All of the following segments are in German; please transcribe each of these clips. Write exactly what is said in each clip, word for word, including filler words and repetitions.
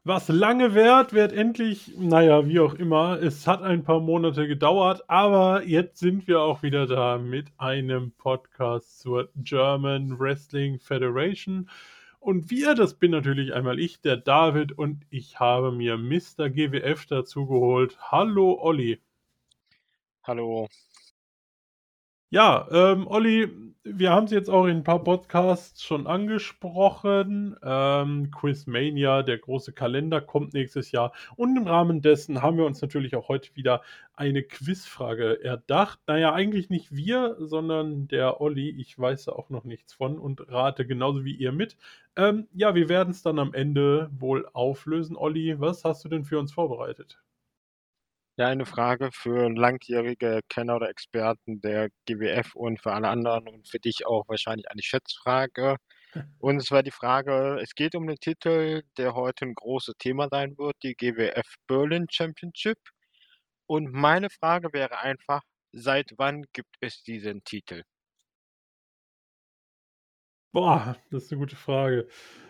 Was lange währt, wird endlich, naja, wie auch immer. Es hat ein paar Monate gedauert, aber jetzt sind wir auch wieder da mit einem Podcast zur German Wrestling Federation. Und wir, das bin natürlich einmal ich, der David, und ich habe mir Mister G W F dazu geholt. Hallo Olli. Hallo. Ja, ähm, Olli, wir haben es jetzt auch in ein paar Podcasts schon angesprochen. Ähm, Quizmania, der große Kalender, kommt nächstes Jahr. Und im Rahmen dessen haben wir uns natürlich auch heute wieder eine Quizfrage erdacht. Naja, eigentlich nicht wir, sondern der Olli. Ich weiß da auch noch nichts von und rate genauso wie ihr mit. Ähm, ja, wir werden es dann am Ende wohl auflösen. Olli, was hast du denn für uns vorbereitet? Ja, eine Frage für langjährige Kenner oder Experten der G W F und für alle anderen und für dich auch wahrscheinlich eine Schätzfrage. Und zwar die Frage, es geht um den Titel, der heute ein großes Thema sein wird, die G W F Berlin Championship. Und meine Frage wäre einfach, seit wann gibt es diesen Titel? Boah, das ist 'ne gute Frage.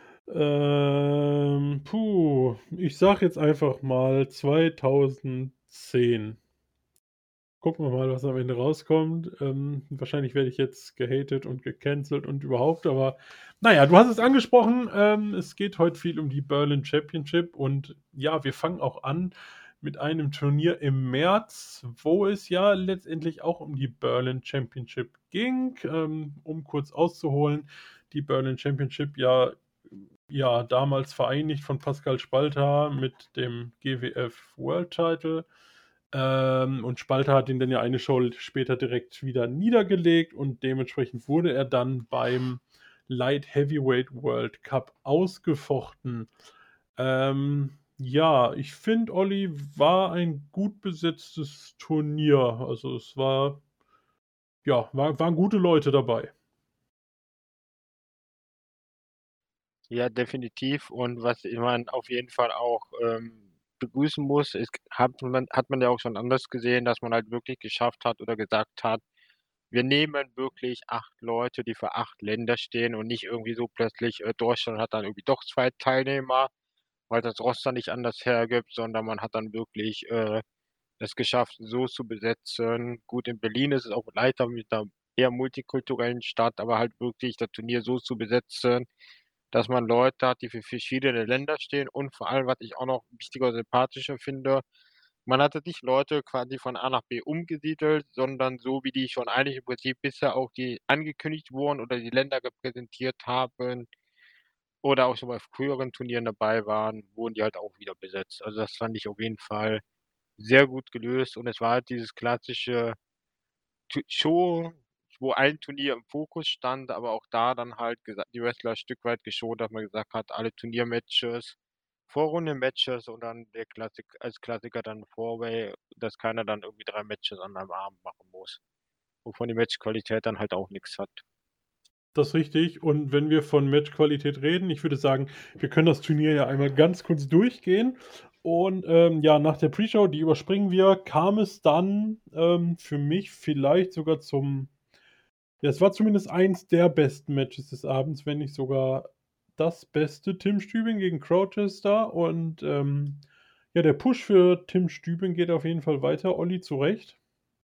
Ähm, puh, ich sage jetzt einfach mal zweitausendzehn. Gucken wir mal, was am Ende rauskommt. Ähm, wahrscheinlich werde ich jetzt gehatet und gecancelt und überhaupt, aber na ja, du hast es angesprochen, ähm, es geht heute viel um die Berlin Championship und ja, wir fangen auch an mit einem Turnier im März, wo es ja letztendlich auch um die Berlin Championship ging. Ähm, um kurz auszuholen, die Berlin Championship ja ja, damals vereinigt von Pascal Spalter mit dem G W F World Title. Ähm, und Spalter hat ihn dann ja eine Show später direkt wieder niedergelegt und dementsprechend wurde er dann beim Light Heavyweight World Cup ausgefochten. Ähm, ja, ich finde, Olli, war ein gut besetztes Turnier. Also es war, ja, war, waren gute Leute dabei. Ja, definitiv. Und was man auf jeden Fall auch, ähm, begrüßen muss, ist hat man hat man ja auch schon anders gesehen, dass man halt wirklich geschafft hat oder gesagt hat: „Wir nehmen wirklich acht Leute, die für acht Länder stehen und nicht irgendwie so plötzlich, äh, Deutschland hat dann irgendwie doch zwei Teilnehmer, weil das Roster nicht anders hergibt“, sondern man hat dann wirklich, äh, es geschafft, so zu besetzen. Gut, in Berlin ist es auch leichter mit 'ner eher multikulturellen Stadt, aber halt wirklich das Turnier so zu besetzen, dass man Leute hat, die für verschiedene Länder stehen und vor allem, was ich auch noch wichtiger und sympathischer finde, man hatte nicht Leute quasi von A nach B umgesiedelt, sondern so, wie die schon eigentlich im Prinzip bisher auch die angekündigt wurden oder die Länder repräsentiert haben oder auch schon bei früheren Turnieren dabei waren, wurden die halt auch wieder besetzt. Also, das fand ich auf jeden Fall sehr gut gelöst und es war halt dieses klassische Tu Show, wo ein Turnier im Fokus stand, aber auch da dann halt gesa die Wrestler ein Stück weit geschont, dass man gesagt hat, alle Turniermatches, Vorrundenmatches und dann der Klassik als Klassiker dann Four-Way, dass keiner dann irgendwie drei Matches an einem Abend machen muss, wovon die Matchqualität dann halt auch nix hat. Das ist richtig. Und wenn wir von Matchqualität reden, ich würde sagen, wir können das Turnier ja einmal ganz kurz durchgehen. Und ähm, ja, nach der Pre-Show, die überspringen wir, kam es dann ähm, für mich vielleicht sogar zum, ja, es war zumindest eins der besten Matches des Abends, wenn nicht sogar das beste. Tim Stübing gegen Crowchester. Und ähm, ja, der Push für Tim Stübing geht auf jeden Fall weiter. Olli, zu Recht.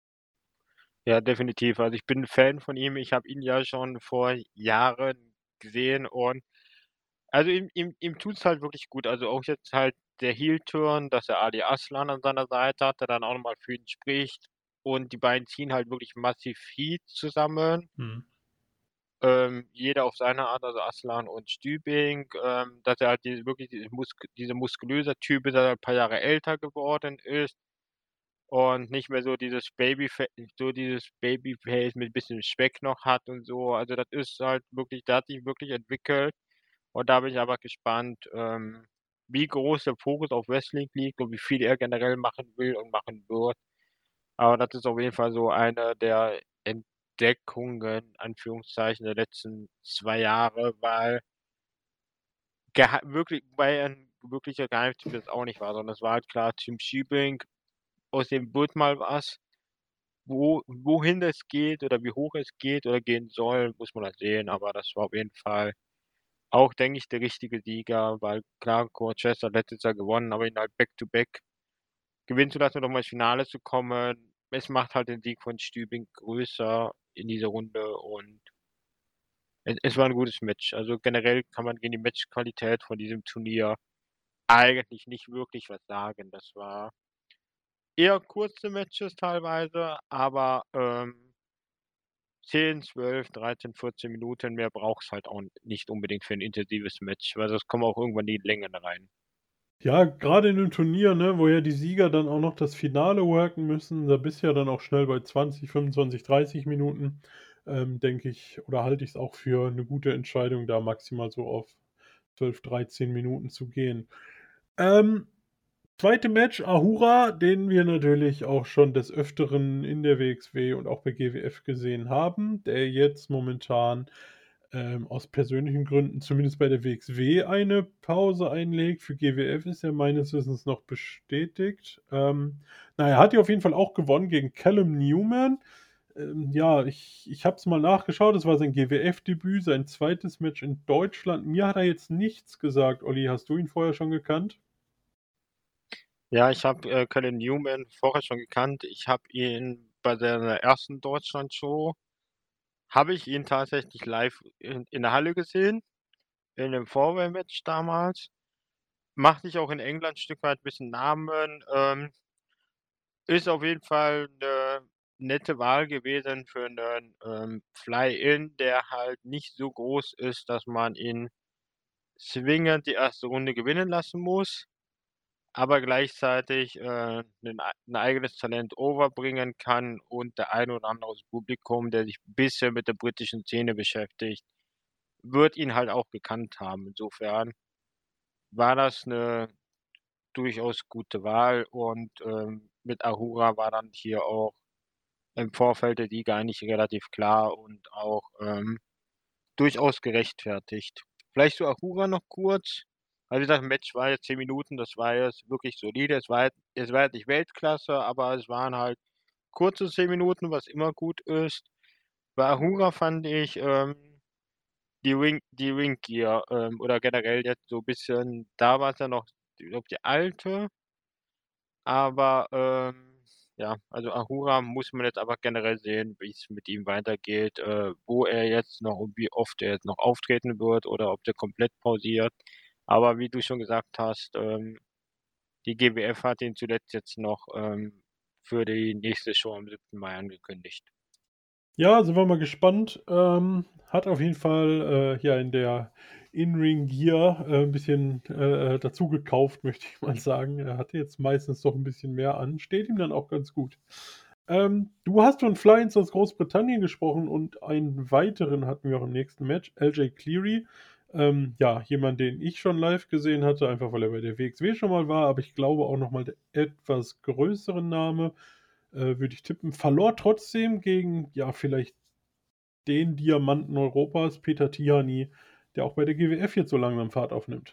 Ja, definitiv. Also, ich bin 'n Fan von ihm. Ich habe ihn ja schon vor Jahren gesehen und also, ihm ihm ihm tut's halt wirklich gut. Also, auch jetzt halt der Heel-Turn, dass er Ali Aslan an seiner Seite hat, der dann auch noch mal für ihn spricht und die beiden ziehen halt wirklich massiv Heat zusammen. Hm. Ähm, jeder auf seine Art, also Aslan und Stübing, ähm, dass er halt diese wirklich diese musk dieser muskulöse Typ ist, der ein paar Jahre älter geworden ist und nicht mehr so dieses Babyfa so dieses Babyface mit bisschen Speck noch hat und so. Also, das ist halt wirklich der hat sich wirklich entwickelt und da bin ich aber gespannt, ähm, wie groß der Fokus auf Wrestling liegt und wie viel er generell machen will und machen wird. Aber das ist auf jeden Fall so eine der Entdeckungen, Anführungszeichen, der letzten zwei Jahre, weil geha wirklich weil er 'n wirklicher Geheimtipp jetzt auch nicht war, sondern es war halt klar, Tim Shebink, aus dem wird mal was. Wo wohin es geht oder wie hoch es geht oder gehen soll, muss man halt sehen, aber das war auf jeden Fall auch, denke ich, der richtige Sieger, weil klar, Courtois hat letztes Jahr gewonnen, aber ihn halt back to back gewinnen zu lassen und nochmal ins Finale zu kommen, es macht halt den Sieg von Stübing größer in dieser Runde und es es war 'n gutes Match. Also, generell kann man gegen die Matchqualität von diesem Turnier eigentlich nicht wirklich was sagen. Das war eher kurze Matches teilweise, aber, ähm zehn, zwölf, dreizehn, vierzehn Minuten, mehr braucht's halt auch nicht unbedingt für 'n intensives Match, weil sonst kommen auch irgendwann die Längen rein. Ja, grade in 'nem Turnier, ne, wo ja die Sieger dann auch noch das Finale worken müssen, da bist du ja dann auch schnell bei zwanzig, fünfundzwanzig, dreißig Minuten, ähm, denke ich oder halte ich's auch für 'ne gute Entscheidung, da maximal so auf zwölf, dreizehn Minuten zu gehen. Ähm, zweite Match, Ahura, den wir natürlich auch schon des Öfteren in der W X W und auch bei G W F gesehen haben, der jetzt momentan, ähm, aus persönlichen Gründen zumindest bei der W X W eine Pause einlegt. Für G W F ist er meines Wissens noch bestätigt. Ähm, na, er hat ja auf jeden Fall auch gewonnen gegen Callum Newman. Ähm, ja, ich ich habe es mal nachgeschaut, es war sein G W F-Debüt, sein zweites Match in Deutschland. Mir hat er jetzt nichts gesagt. Olli, hast du ihn vorher schon gekannt? Ja, ich habe, äh, Callum Newman vorher schon gekannt. Ich habe ihn bei seiner ersten Deutschland-Show habe ich ihn tatsächlich live in in der Halle gesehen, in 'nem Four-Way-Match damals. Macht sich auch in England Stück weit bisschen Namen, ähm ist auf jeden Fall 'ne nette Wahl gewesen für 'nen, ähm, Fly-In, der halt nicht so groß ist, dass man ihn zwingend die erste Runde gewinnen lassen muss, aber gleichzeitig, äh, 'nen ei 'n eigenes Talent over bringen kann und der ein oder andere aus Publikum, der sich bisschen mit der britischen Szene beschäftigt, wird ihn halt auch gekannt haben. Insofern war das 'ne durchaus gute Wahl und, ähm, mit Ahura war dann hier auch im Vorfeld der Sieg eigentlich relativ klar und auch, ähm, durchaus gerechtfertigt. Vielleicht zu Ahura noch kurz. Also, wie gesagt, Match war jetzt zehn Minuten, das war jetzt wirklich solide. Es war jetzt es war jetzt nicht Weltklasse, aber es waren halt kurze zehn Minuten, was immer gut ist. Bei Ahura fand ich, ähm, die Ring die Ring-Gear, ähm, oder generell jetzt so bisschen da war's ja noch, ich glaube, die alte aber, ähm, ja, also Ahura muss man jetzt aber generell sehen, wie's mit ihm weitergeht, äh, wo er jetzt noch und wie oft er jetzt noch auftreten wird oder ob der komplett pausiert. Aber wie du schon gesagt hast, ähm, die G W F hat ihn zuletzt jetzt noch, ähm, für die nächste Show am siebten Mai angekündigt. Ja, sind wir mal gespannt. Ähm, hat auf jeden Fall, äh, ja, in der In-Ring-Gear, äh, 'n bisschen, äh, äh, dazu gekauft, möchte ich mal sagen. Er hatte jetzt meistens doch 'n bisschen mehr an, steht ihm dann auch ganz gut. Ähm, du hast von Fly-Ins aus Großbritannien gesprochen und einen weiteren hatten wir auch im nächsten Match, L J Cleary. Ähm, ja, jemand, den ich schon live gesehen hatte, einfach weil er bei der W X W schon mal war, aber ich glaube auch noch mal der etwas größere Name, äh, würde ich tippen. Verlor trotzdem gegen, ja, vielleicht den Diamanten Europas, Peter Tihanyi, der auch bei der G W F jetzt so langsam Fahrt aufnimmt.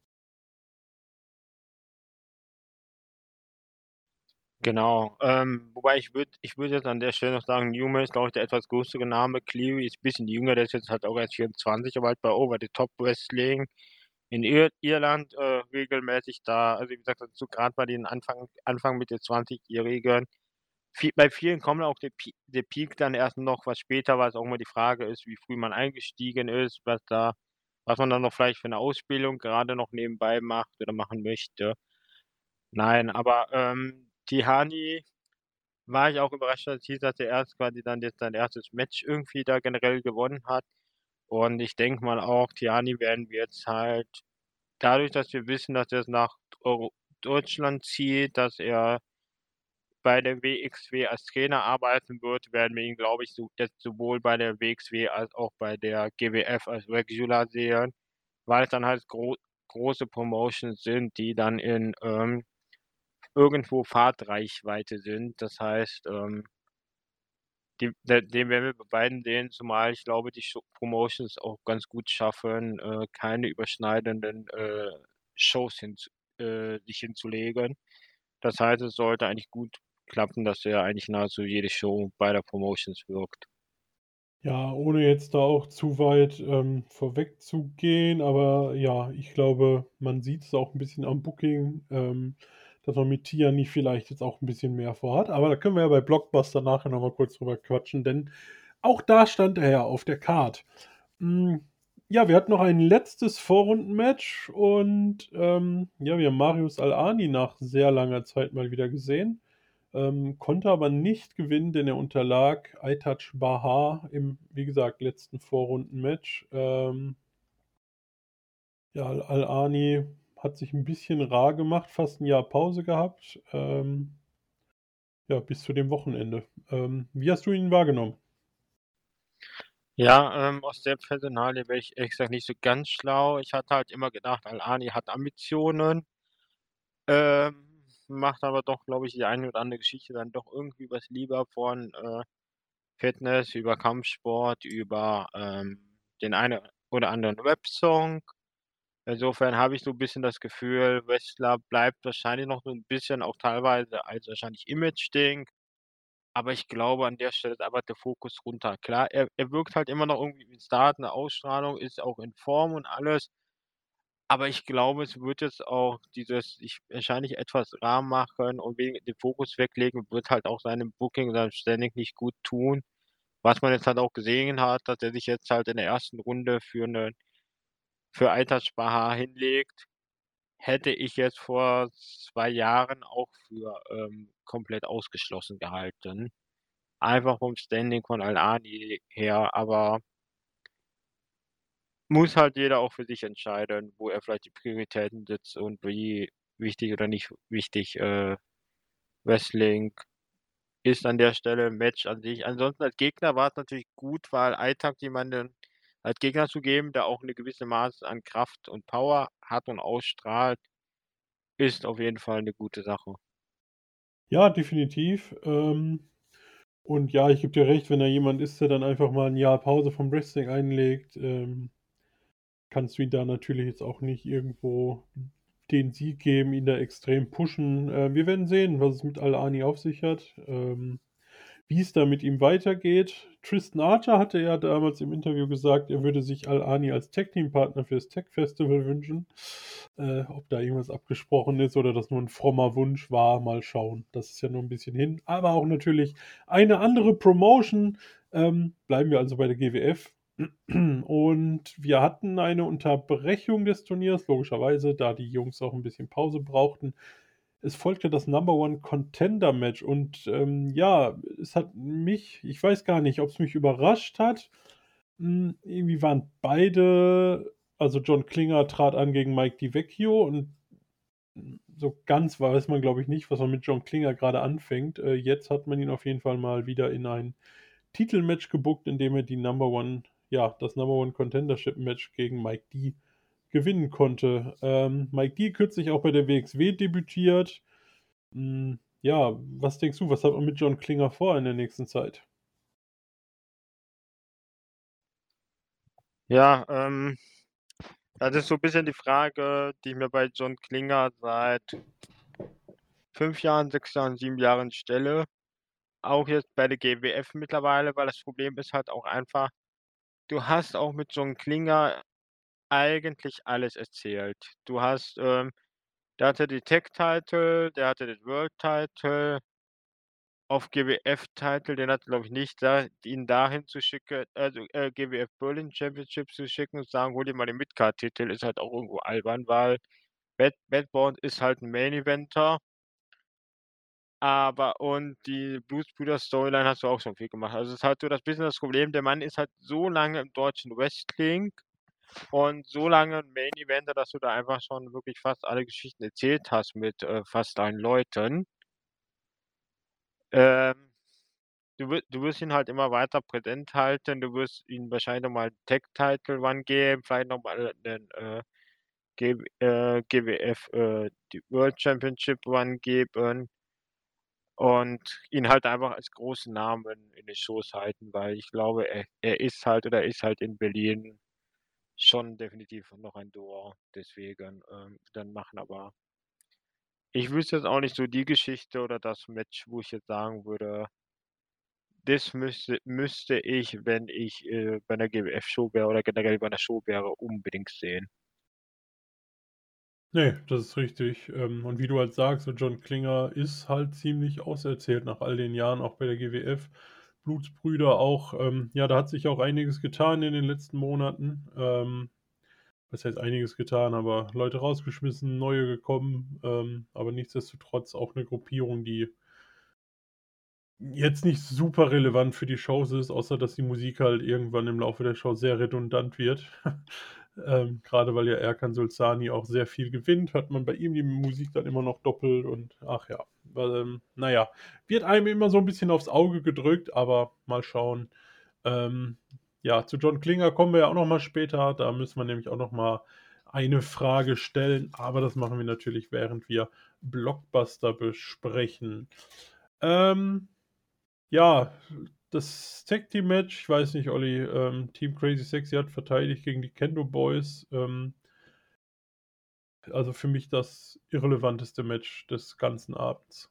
Genau, ähm, wobei ich würde ich würde jetzt an der Stelle noch sagen, Newman ist, glaube ich, der etwas größere Name. Cleary ist bisschen jünger, der ist jetzt halt auch erst vierundzwanzig, aber halt bei Over the Top Wrestling in Ir Irland, äh, regelmäßig da. Also, wie gesagt, so grad bei den Anfang Anfang, Mitte Zwanzigjährigen. Vie bei vielen kommen auch der Pi der Peak dann erst noch was später, weil's auch immer die Frage ist, wie früh man eingestiegen ist, was da was man dann noch vielleicht für 'ne Ausbildung grade noch nebenbei macht oder machen möchte. Nein, aber, ähm, Tihanyi war ich auch überrascht, als es hieß, dass er erst quasi dann jetzt sein erstes Match irgendwie da generell gewonnen hat. Und ich denke mal auch, Tihanyi werden wir jetzt halt dadurch, dass wir wissen, dass er es nach Euro Deutschland zieht, dass er bei der W X W als Trainer arbeiten wird, werden wir ihn, glaube ich, so jetzt sowohl bei der W X W als auch bei der G W F als Regular sehen, weil es dann halt gro große Promotions sind, die dann in, ähm, irgendwo Fahrtreichweite sind. Das heißt, ähm die de den werden wir bei beiden sehen, zumal ich glaube, die Sho Promotions auch ganz gut schaffen, äh, keine überschneidenden, äh, Shows hinzu äh, sich hinzulegen. Das heißt, es sollte eigentlich gut klappen, dass er eigentlich nahezu jede Show beider Promotions wirkt. Ja, ohne jetzt da auch zu weit, ähm, vorwegzugehen, aber ja, ich glaube, man sieht es auch 'n bisschen am Booking, ähm, dass man mit Tiani vielleicht jetzt auch 'n bisschen mehr vorhat. Aber da können wir ja bei Blockbuster nachher noch mal kurz drüber quatschen, denn auch da stand er ja auf der Card. Hm, ja, wir hatten noch ein letztes Vorrundenmatch und, ähm, ja, wir haben Marius Al-Ani nach sehr langer Zeit mal wieder gesehen, ähm, konnte aber nicht gewinnen, denn er unterlag Aitaç Bahar im, wie gesagt, letzten Vorrundenmatch. Ähm ja, Al Al-Ani hat sich 'n bisschen rar gemacht, fast 'n Jahr Pause gehabt, ähm ja, bis zu dem Wochenende. Ähm, wie hast du ihn wahrgenommen? Ja, ähm, aus der Personalie wäre ich ehrlich gesagt nicht so ganz schlau. Ich hatte halt immer gedacht, Al-Ani hat Ambitionen ähm, macht aber doch, glaube ich, die eine oder andere Geschichte dann doch irgendwie übers Lieber von, äh, Fitness über Kampfsport, über, ähm, den einen oder anderen Rap-Song. Insofern habe ich so 'n bisschen das Gefühl, Wrestler bleibt wahrscheinlich noch so 'n bisschen auch teilweise als wahrscheinlich Imageding, aber ich glaube, an der Stelle ist einfach der Fokus runter. Klar, er er wirkt halt immer noch irgendwie wie 'n Star, hat 'ne Ausstrahlung, ist auch in Form und alles. Aber ich glaube, es wird jetzt auch dieses sich wahrscheinlich etwas rar machen und weniger den Fokus weglegen, wird halt auch seinem Booking, seinem Standing nicht gut tun. Was man jetzt halt auch gesehen hat, dass er sich jetzt halt in der ersten Runde für 'nen für Aitaç Bahar hinlegt, hätte ich jetzt vor zwei Jahren auch für, ähm, komplett ausgeschlossen gehalten. Einfach vom Standing von Al-Ani her, aber muss halt jeder auch für sich entscheiden, wo er vielleicht die Prioritäten setzt und wie wichtig oder nicht wichtig, äh, Wrestling ist an der Stelle, Match an sich. Ansonsten als Gegner war's natürlich gut, weil Aitaç jemanden als Gegner zu geben, der auch 'ne gewisse Maß an Kraft und Power hat und ausstrahlt, ist auf jeden Fall 'ne gute Sache. Ja, definitiv. Ähm, und ja, ich gebe dir recht, wenn da jemand ist, der dann einfach mal 'n Jahr Pause vom Wrestling einlegt, ähm, kannst du ihn da natürlich jetzt auch nicht irgendwo den Sieg geben, ihn da extrem pushen. Äh, wir werden sehen, was es mit Al-Ani auf sich hat, ähm, wie es da mit ihm weitergeht. Tristan Archer hatte ja damals im Interview gesagt, er würde sich Al-Ani als Tag-Team-Partner fürs Tag-Festival wünschen. Äh, ob da irgendwas abgesprochen ist oder das nur 'n frommer Wunsch war, mal schauen. Das ist ja noch 'n bisschen hin, aber auch natürlich eine andere Promotion. Ähm, bleiben wir also bei der G W F. Und wir hatten eine Unterbrechung des Turniers, logischerweise, da die Jungs auch 'n bisschen Pause brauchten. Es folgte das Number One Contender Match und, ähm, ja, es hat mich ich weiß gar nicht, ob's mich überrascht hat. Hm, irgendwie waren beide also, John Klinger trat an gegen Mike DiVecchio und, hm, so ganz weiß man, glaube ich, nicht, was man mit John Klinger grade anfängt. Äh, jetzt hat man ihn auf jeden Fall mal wieder in ein Titelmatch gebookt, in dem er die Number One ja, das Number One Contendership Match gegen Mike D gewinnen konnte. Ähm, Mike D kürzlich auch bei der WXW debütiert. Hm, ja, was denkst du, was hat man mit John Klinger vor in der nächsten Zeit? Ja, ähm, das ist so bisschen die Frage, die ich mir bei John Klinger seit fünf Jahren, sechs Jahren, sieben Jahren stelle. Auch jetzt bei der G W F mittlerweile, weil das Problem ist halt auch einfach, du hast auch mit John Klinger eigentlich alles erzählt. Du hast, ähm der hatte die Tag Title, der hatte den World Title auf G W F Title, den hat glaube ich nicht, da ihn dahin zu schicken also, äh, G W F Berlin Championship zu schicken und sagen: „Hol dir mal den Midcard Titel“, ist halt auch irgendwo albern, weil Bad Bad Bound ist halt 'n Main Eventer aber und die Blutsbrüder Storyline hast du auch schon viel gemacht. Also, es ist halt so das bisschen das Problem, der Mann ist halt so lange im deutschen Wrestling und so lange 'n Main Eventer, dass du da einfach schon wirklich fast alle Geschichten erzählt hast mit, äh, fast deinen Leuten. Ähm, du wi du wirst ihn halt immer weiter präsent halten. Du wirst ihm wahrscheinlich noch mal 'n Tag Title Run geben, vielleicht noch mal 'nen, äh, G W äh, G W F, äh, die World Championship Run geben und ihn halt einfach als großen Namen in den Shows halten, weil ich glaube, er er ist halt oder ist halt in Berlin schon definitiv noch ein Door. Deswegen, ähm, dann machen aber ich wüsste jetzt auch nicht so die Geschichte oder das Match, wo ich jetzt sagen würde das müsste müsste ich, wenn ich, äh, bei 'ner G W F-Show wäre oder generell bei 'ner Show wäre, unbedingt sehen. Ne, das ist richtig. Ähm, und wie du halt sagst, so John Klinger ist halt ziemlich auserzählt nach all den Jahren, auch bei der G W F. Blutsbrüder auch, ähm ja, da hat sich auch einiges getan in den letzten Monaten. Ähm, was heißt einiges getan, aber Leute rausgeschmissen, neue gekommen, ähm, aber nichtsdestotrotz auch 'ne Gruppierung, die jetzt nicht super relevant für die Shows ist, außer dass die Musik halt irgendwann im Laufe der Show sehr redundant wird. Ähm, grade weil ja Erkan Solzani auch sehr viel gewinnt, hört man bei ihm die Musik dann immer noch doppelt und ach ja, ähm, na ja, wird einem immer so 'n bisschen aufs Auge gedrückt, aber mal schauen. Ähm, ja, zu John Klinger kommen wir ja auch noch mal später. Da müssen wir nämlich auch noch mal eine Frage stellen, aber das machen wir natürlich, während wir Blockbuster besprechen. Ähm, ja, das Tag-Team-Match, ich weiß nicht, Olli, ähm, Team Crazy Sexy hat verteidigt gegen die Kendo Boys. Ähm also für mich das irrelevanteste Match des ganzen Abends.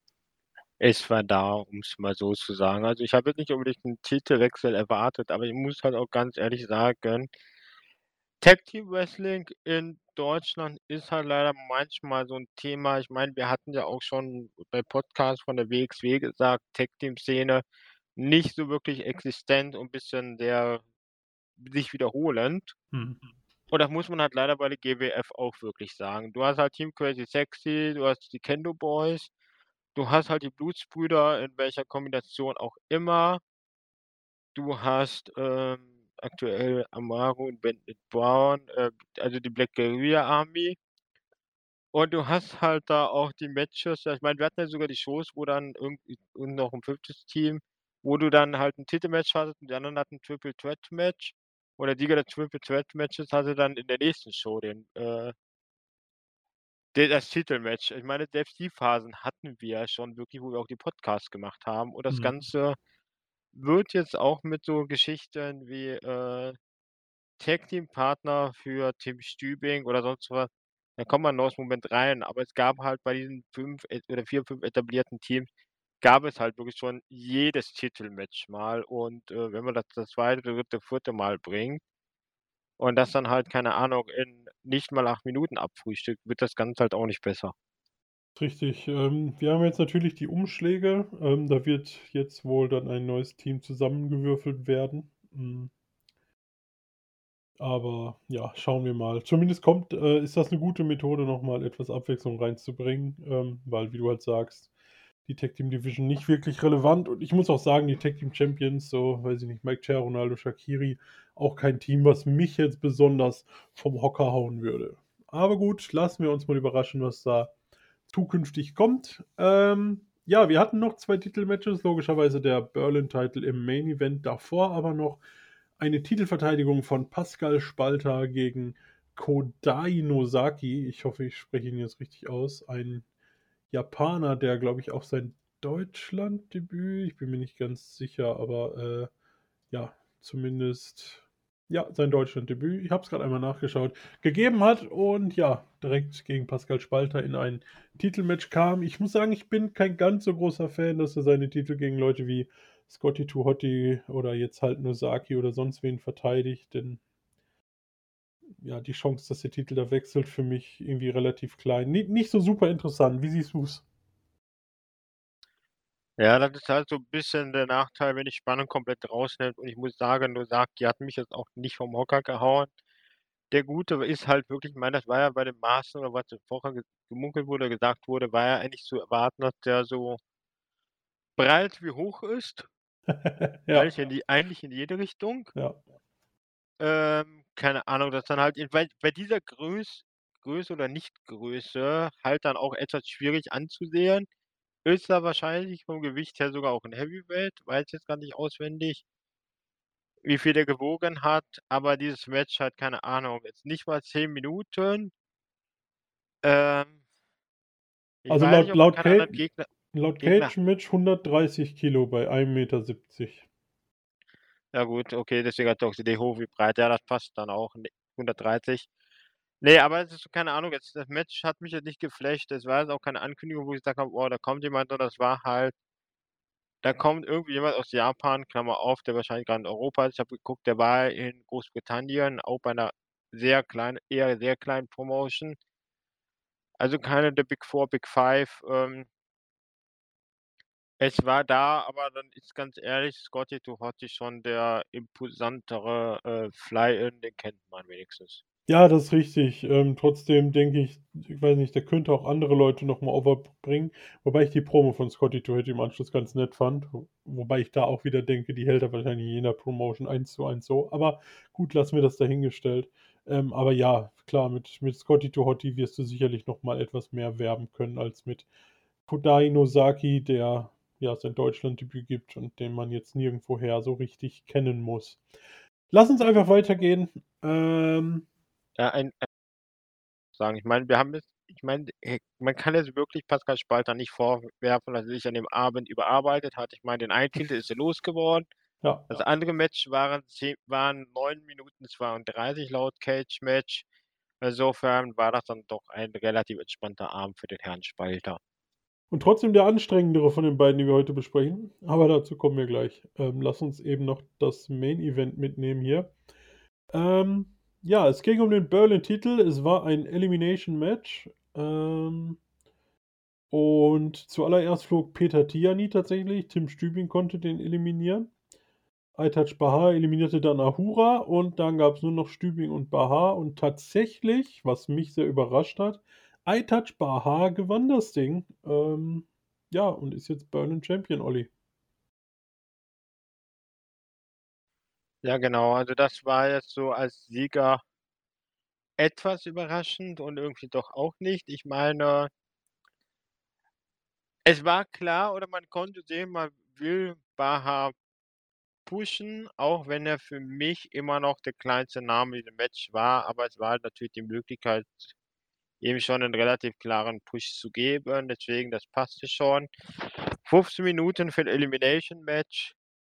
Es war da, um's mal so zu sagen. Also, ich habe jetzt nicht unbedingt 'n Titelwechsel erwartet, aber ich muss halt auch ganz ehrlich sagen Tag Team Wrestling in Deutschland ist halt leider manchmal so 'n Thema. Ich meine, wir hatten ja auch schon bei Podcasts von der W X W gesagt, Tag-Team-Szene nicht so wirklich existent und bisschen sehr sich wiederholend. Mhm. Und das muss man halt leider bei der G W F auch wirklich sagen. Du hast halt Team Crazy Sexy, du hast die Kendo Boys, du hast halt die Blutsbrüder, in welcher Kombination auch immer. Du hast, ähm, aktuell Amaro und Bandit Brown, äh, also die Black Guerilla Army. Und du hast halt da auch die Matches ja, ich meine, wir hatten ja sogar die Shows, wo dann irgendwie und noch 'n fünftes Team, wo du dann halt 'n Titelmatch hattest und die anderen hatten Triple Threat Match. Und der Sieger der Triple Threat Matches hatte dann in der nächsten Show den, äh de das Titelmatch. Ich meine, selbst die Phasen hatten wir ja schon wirklich, wo wir auch die Podcasts gemacht haben. Und das Mhm. Ganze wird jetzt auch mit so Geschichten wie, äh, Tag-Team-Partner für Tim Stübing oder sonst was da kommt man neues Moment rein. Aber es gab halt bei diesen fünf et oder vier, fünf etablierten Teams gab es halt wirklich schon jedes Titelmatch mal. Und, äh, wenn man das das zweite, dritte, vierte Mal bringt und das dann halt, keine Ahnung, in nicht mal acht Minuten abfrühstückt, wird das Ganze halt auch nicht besser. Richtig, ähm, wir haben jetzt natürlich die Umschläge. Ähm, da wird jetzt wohl dann ein neues Team zusammengewürfelt werden. Hm. Aber ja, schauen wir mal. Zumindest kommt äh, ist das 'ne gute Methode, noch mal etwas Abwechslung reinzubringen, ähm, weil, wie du halt sagst, die Tag Team Division nicht wirklich relevant. Und ich muss auch sagen, die Tag Team Champions, so, weiß ich nicht, Mike Che, Ronaldo Shaqiri, auch kein Team, was mich jetzt besonders vom Hocker hauen würde. Aber gut, lassen wir uns mal überraschen, was da zukünftig kommt. Ähm, ja, wir hatten noch zwei Titelmatches, logischerweise der Berlin-Title im Main Event, davor aber noch eine Titelverteidigung von Pascal Sparta gegen Kodai Nozaki. Ich hoffe, ich spreche ihn jetzt richtig aus. Ein Japaner, der, glaube ich, auch sein Deutschlanddebüt ich bin mir nicht ganz sicher, aber, äh, ja, zumindest, ja, sein Deutschlanddebüt, ich habe es grad einmal nachgeschaut, gegeben hat und ja, direkt gegen Pascal Sparta in ein Titelmatch kam. Ich muss sagen, ich bin kein ganz so großer Fan, dass er seine Titel gegen Leute wie Scotty Too Hotty oder jetzt halt Nozaki oder sonst wen verteidigt, denn ja, die Chance, dass der Titel da wechselt, für mich irgendwie relativ klein. Ni nicht so super interessant. Wie siehst du's? Ja, das ist halt so 'n bisschen der Nachteil, wenn die Spannung komplett rausnimmt. Und ich muss sagen, Nozaki hat mich jetzt auch nicht vom Hocker gehauen. Der Gute ist halt wirklich ich meine, das war ja bei den Masters oder was vorher ge gemunkelt wurde, gesagt wurde, war ja eigentlich zu erwarten, dass der so breit wie hoch ist. Ja. Eigentlich in die eigentlich in jede Richtung. Ja. Ähm, keine Ahnung, dass dann halt in bei bei dieser Größ Größe oder Nicht-Größe halt dann auch etwas schwierig anzusehen. Ist er wahrscheinlich vom Gewicht her sogar auch 'n Heavyweight, weiß ich jetzt grad nicht auswendig wie viel der gewogen hat, aber dieses Match hat, keine Ahnung, jetzt nicht mal zehn Minuten. Ähm ich Also weiß nicht, laut ob man laut keine anderen Ca Gegner laut Gegner Cage-Match hundertdreißig Kilo bei einem Meter siebzig. Ja gut, okay, deswegen hat er auch die hoch wie breit. Ja, das passt dann auch, ne, hundertdreißig. Ne, aber es ist so keine Ahnung, jetzt das Match hat mich jetzt nicht geflasht. Es war jetzt auch keine Ankündigung, wo ich gesagt habe: „Oh, da kommt jemand“, sondern es war halt da kommt irgendwie jemand aus Japan, Klammer auf, der wahrscheinlich grad in Europa ist. Ich habe geguckt, der war in Großbritannien, auch bei 'ner sehr kleinen eher sehr kleinen Promotion. Also keine der Big Four, Big Five, ähm es war da, aber dann ist ganz ehrlich, Scotty two Hotty schon der imposantere, äh, Fly-in, den kennt man wenigstens. Ja, das ist richtig. Ähm, trotzdem denke ich ich weiß nicht, der könnte auch andere Leute noch mal overbringen, wobei ich die Promo von Scotty two Hotty im Anschluss ganz nett fand, wo wobei ich da auch wieder denke, die hält er wahrscheinlich in jeder Promotion eins zu eins so. Aber gut, lassen wir das dahingestellt. Ähm, aber ja, klar, mit mit Scotty two Hotty wirst du sicherlich noch mal etwas mehr werben können als mit Kodai Nozaki, der ja sein Deutschlanddebüt gibt und den man jetzt nirgendwoher so richtig kennen muss. Lass uns einfach weitergehen. Ähm Ja, ein ein sagen. Ich meine, wir haben jetzt ich meine, äh, man kann jetzt wirklich Pascal Sparta nicht vorwerfen, dass er sich an dem Abend überarbeitet hat. Ich meine, den einen Titel ist er losgeworden. Ja, Das ja. andere Match waren zehn waren neun Minuten zweiunddreißig laut Cage-Match. Insofern war das dann doch ein relativ entspannter Abend für den Herrn Spalter. Und trotzdem der anstrengendere von den beiden, die wir heute besprechen, aber dazu kommen wir gleich. Ähm, lass uns eben noch das Main Event mitnehmen hier. Ähm, ja, es ging um den Berlin-Titel. Es war ein Elimination Match. Ähm und zuallererst flog Peter Tiani tatsächlich. Tim Stübing konnte den eliminieren. Aitaç Bahar eliminierte dann Ahura und dann gab's nur noch Stübing und Bahar und tatsächlich, was mich sehr überrascht hat, Aitaç Bahar gewann das Ding, ähm, ja, und ist jetzt Berlin Champion, Olli. Ja, genau. Also, das war jetzt so als Sieger etwas überraschend und irgendwie doch auch nicht. Ich meine es war klar oder man konnte sehen, man will Bahar pushen, auch wenn er für mich immer noch der kleinste Name in dem Match war, aber es war halt natürlich die Möglichkeit, ihm schon 'nen relativ klaren Push zu geben, deswegen, das passte schon. fünfzehn Minuten für 'n Elimination Match.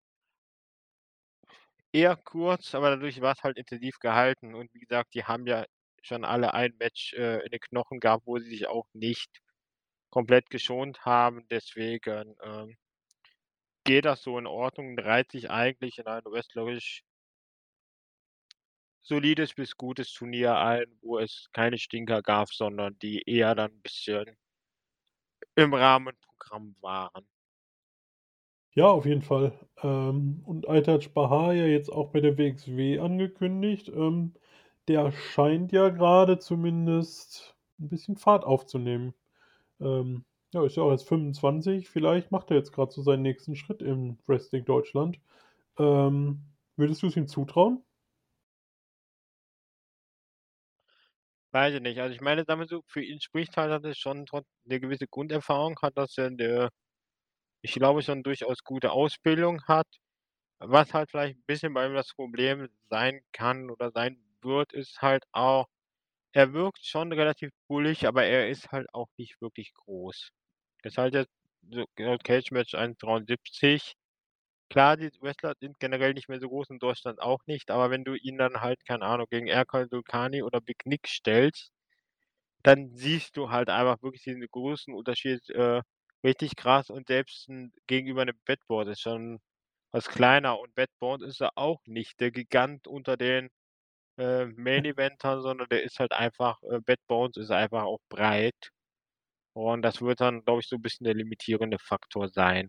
Eher kurz, aber dadurch war's halt intensiv gehalten und wie gesagt, die haben ja schon alle ein Match, äh, in den Knochen gehabt, wo sie sich auch nicht komplett geschont haben. Deswegen, ähm geht das so in Ordnung, reiht sich eigentlich in ein wrestlerisch solides bis gutes Turnier ein, wo es keine Stinker gab, sondern die eher dann bisschen im Rahmenprogramm waren. Ja, auf jeden Fall. Ähm, und Aitaç Bahar ja jetzt auch bei der W X W angekündigt. Ähm, der scheint ja grade zumindest 'n bisschen Fahrt aufzunehmen. Ähm, ja, ist ja auch erst fünfundzwanzig, vielleicht macht er jetzt grad so seinen nächsten Schritt im Wrestling Deutschland. Ähm, würdest du's ihm zutrauen? Weiß ich nicht. Also, ich meine, sagen wir so, für ihn spricht halt, dass er schon trotz 'ne gewisse Grunderfahrung hat, dass er in der ich glaube schon durchaus gute Ausbildung hat. Was halt vielleicht 'n bisschen bei ihm das Problem sein kann oder sein wird, ist halt auch, er wirkt schon relativ bullig, aber er ist halt auch nicht wirklich groß. Ist halt jetzt so laut Cage-Match eins dreiundsiebzig. Klar, die Wrestler sind generell nicht mehr so groß, in Deutschland auch nicht, aber wenn du ihn dann halt, keine Ahnung, gegen Erkan Sülkani oder Big Nick stellst, dann siehst du halt einfach wirklich diesen großen Unterschied, äh, richtig krass und selbst 'n gegenüber 'nem Bad Board ist schon was kleiner und Bad Board ist ja auch nicht der Gigant unter den, äh, Main-Eventern, sondern der ist halt einfach äh, Bad Bones ist einfach auch breit. Und das wird dann, glaube ich, so 'n bisschen der limitierende Faktor sein.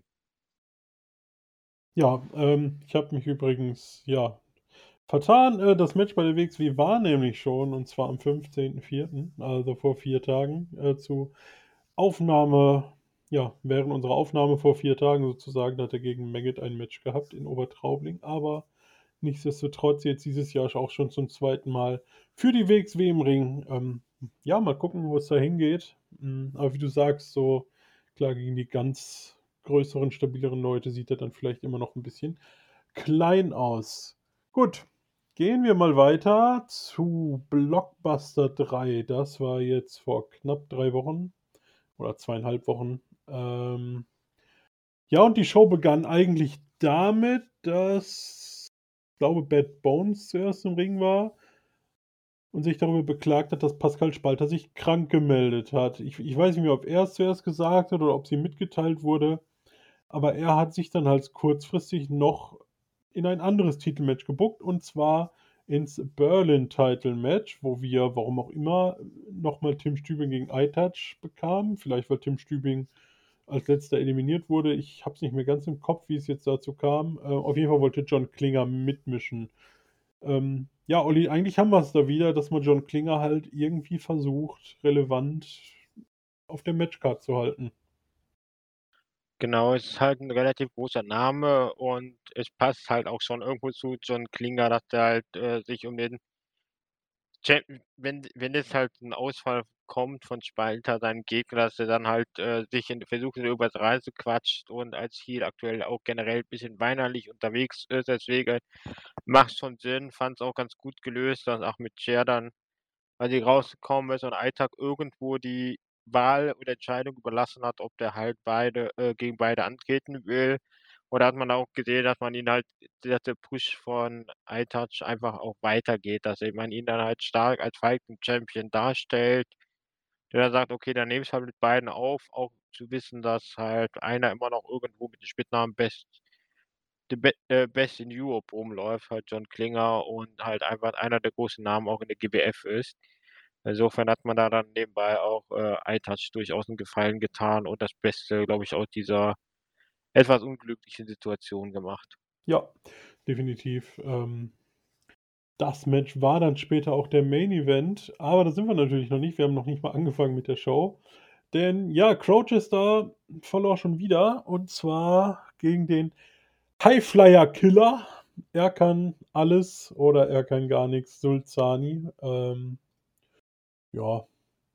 Ja, ähm, ich habe mich übrigens, ja, vertan. Äh, das Match bei der W X W war nämlich schon, und zwar am fünfzehnten vierten, also vor vier Tagen, äh, zu Aufnahme ja, während unserer Aufnahme vor vier Tagen sozusagen, da hat er gegen Maggot ein Match gehabt in Obertraubling, aber nichtsdestotrotz jetzt dieses Jahr sch auch schon zum zweiten Mal für die W X W im Ring. Ähm, ja, mal gucken, wo es da hingeht. Hm, aber wie du sagst, so klar, gegen die ganz größeren, stabileren Leute sieht er dann vielleicht immer noch 'n bisschen klein aus. Gut, gehen wir mal weiter zu Blockbuster drei. Das war jetzt vor knapp drei Wochen oder zweieinhalb Wochen. Ähm ja, und die Show begann eigentlich damit, dass, glaube, Bad Bones zuerst im Ring war und sich darüber beklagt hat, dass Pascal Sparta sich krank gemeldet hat. Ich ich weiß nicht mehr, ob er es zuerst gesagt hat oder ob's ihm mitgeteilt wurde, aber er hat sich dann halt kurzfristig noch in ein anderes Titelmatch gebookt und zwar ins Berlin Title Match, wo wir, warum auch immer, noch mal Tim Stübing gegen i-Touch bekamen. Vielleicht, weil Tim Stübing als Letzter eliminiert wurde. Ich habe es nicht mehr ganz im Kopf, wie es jetzt dazu kam. Äh, auf jeden Fall wollte John Klinger mitmischen. Ähm, ja, Olli, eigentlich haben wir es da wieder, dass man John Klinger halt irgendwie versucht, relevant auf der Matchcard zu halten. Genau, es ist halt 'n relativ großer Name und es passt halt auch schon irgendwo zu John Klinger, dass der halt, äh, sich um den Champ wenn wenn jetzt halt 'n Ausfall kommt von Spalter, seinem Gegner, dass er dann halt, äh, sich in versucht, ihn übers Reise quatscht und als Heel aktuell auch generell bisschen weinerlich unterwegs ist. Deswegen macht's schon Sinn, fand's auch ganz gut gelöst, dass auch mit Cher dann, als sie rausgekommen ist und Alltag irgendwo die Wahl oder Entscheidung überlassen hat, ob der halt beide äh, gegen beide antreten will. Und da hat man auch gesehen, dass man ihn halt dass der Push von i-Touch einfach auch weitergeht, dass man ihn dann halt stark als Falcon Champion darstellt, der dann sagt: „Okay, dann nehme ich's halt mit beiden auf“, auch zu wissen, dass halt einer immer noch irgendwo mit dem Spitznamen Best the Be äh, Best in Europe rumläuft, halt John Klinger und halt einfach einer der großen Namen auch in der G W F ist. Insofern hat man da dann nebenbei auch, äh, i-Touch durchaus 'n Gefallen getan und das Beste, glaube ich, aus dieser etwas unglücklichen Situation gemacht. Ja, definitiv. Ähm, das Match war dann später auch der Main Event, aber da sind wir natürlich noch nicht. Wir haben noch nicht mal angefangen mit der Show. Denn ja, Crowchester verlor schon wieder und zwar gegen den Highflyer Killer. Er kann alles oder er kann gar nix, Sulzani. Ähm, ja.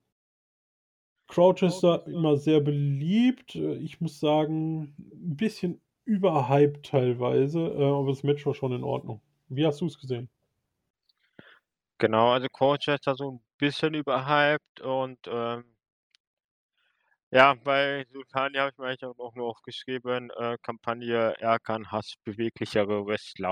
Crowchester immer sehr beliebt. Äh, ich muss sagen, 'n bisschen überhyped teilweise, äh, aber das Match war schon in Ordnung. Wie hast du's gesehen? Genau, also Crowchester so 'n bisschen überhyped und, ähm ja, bei Sultani habe ich mir eigentlich auch nur aufgeschrieben, äh, Kampagne Erkan hasst beweglichere Wrestler.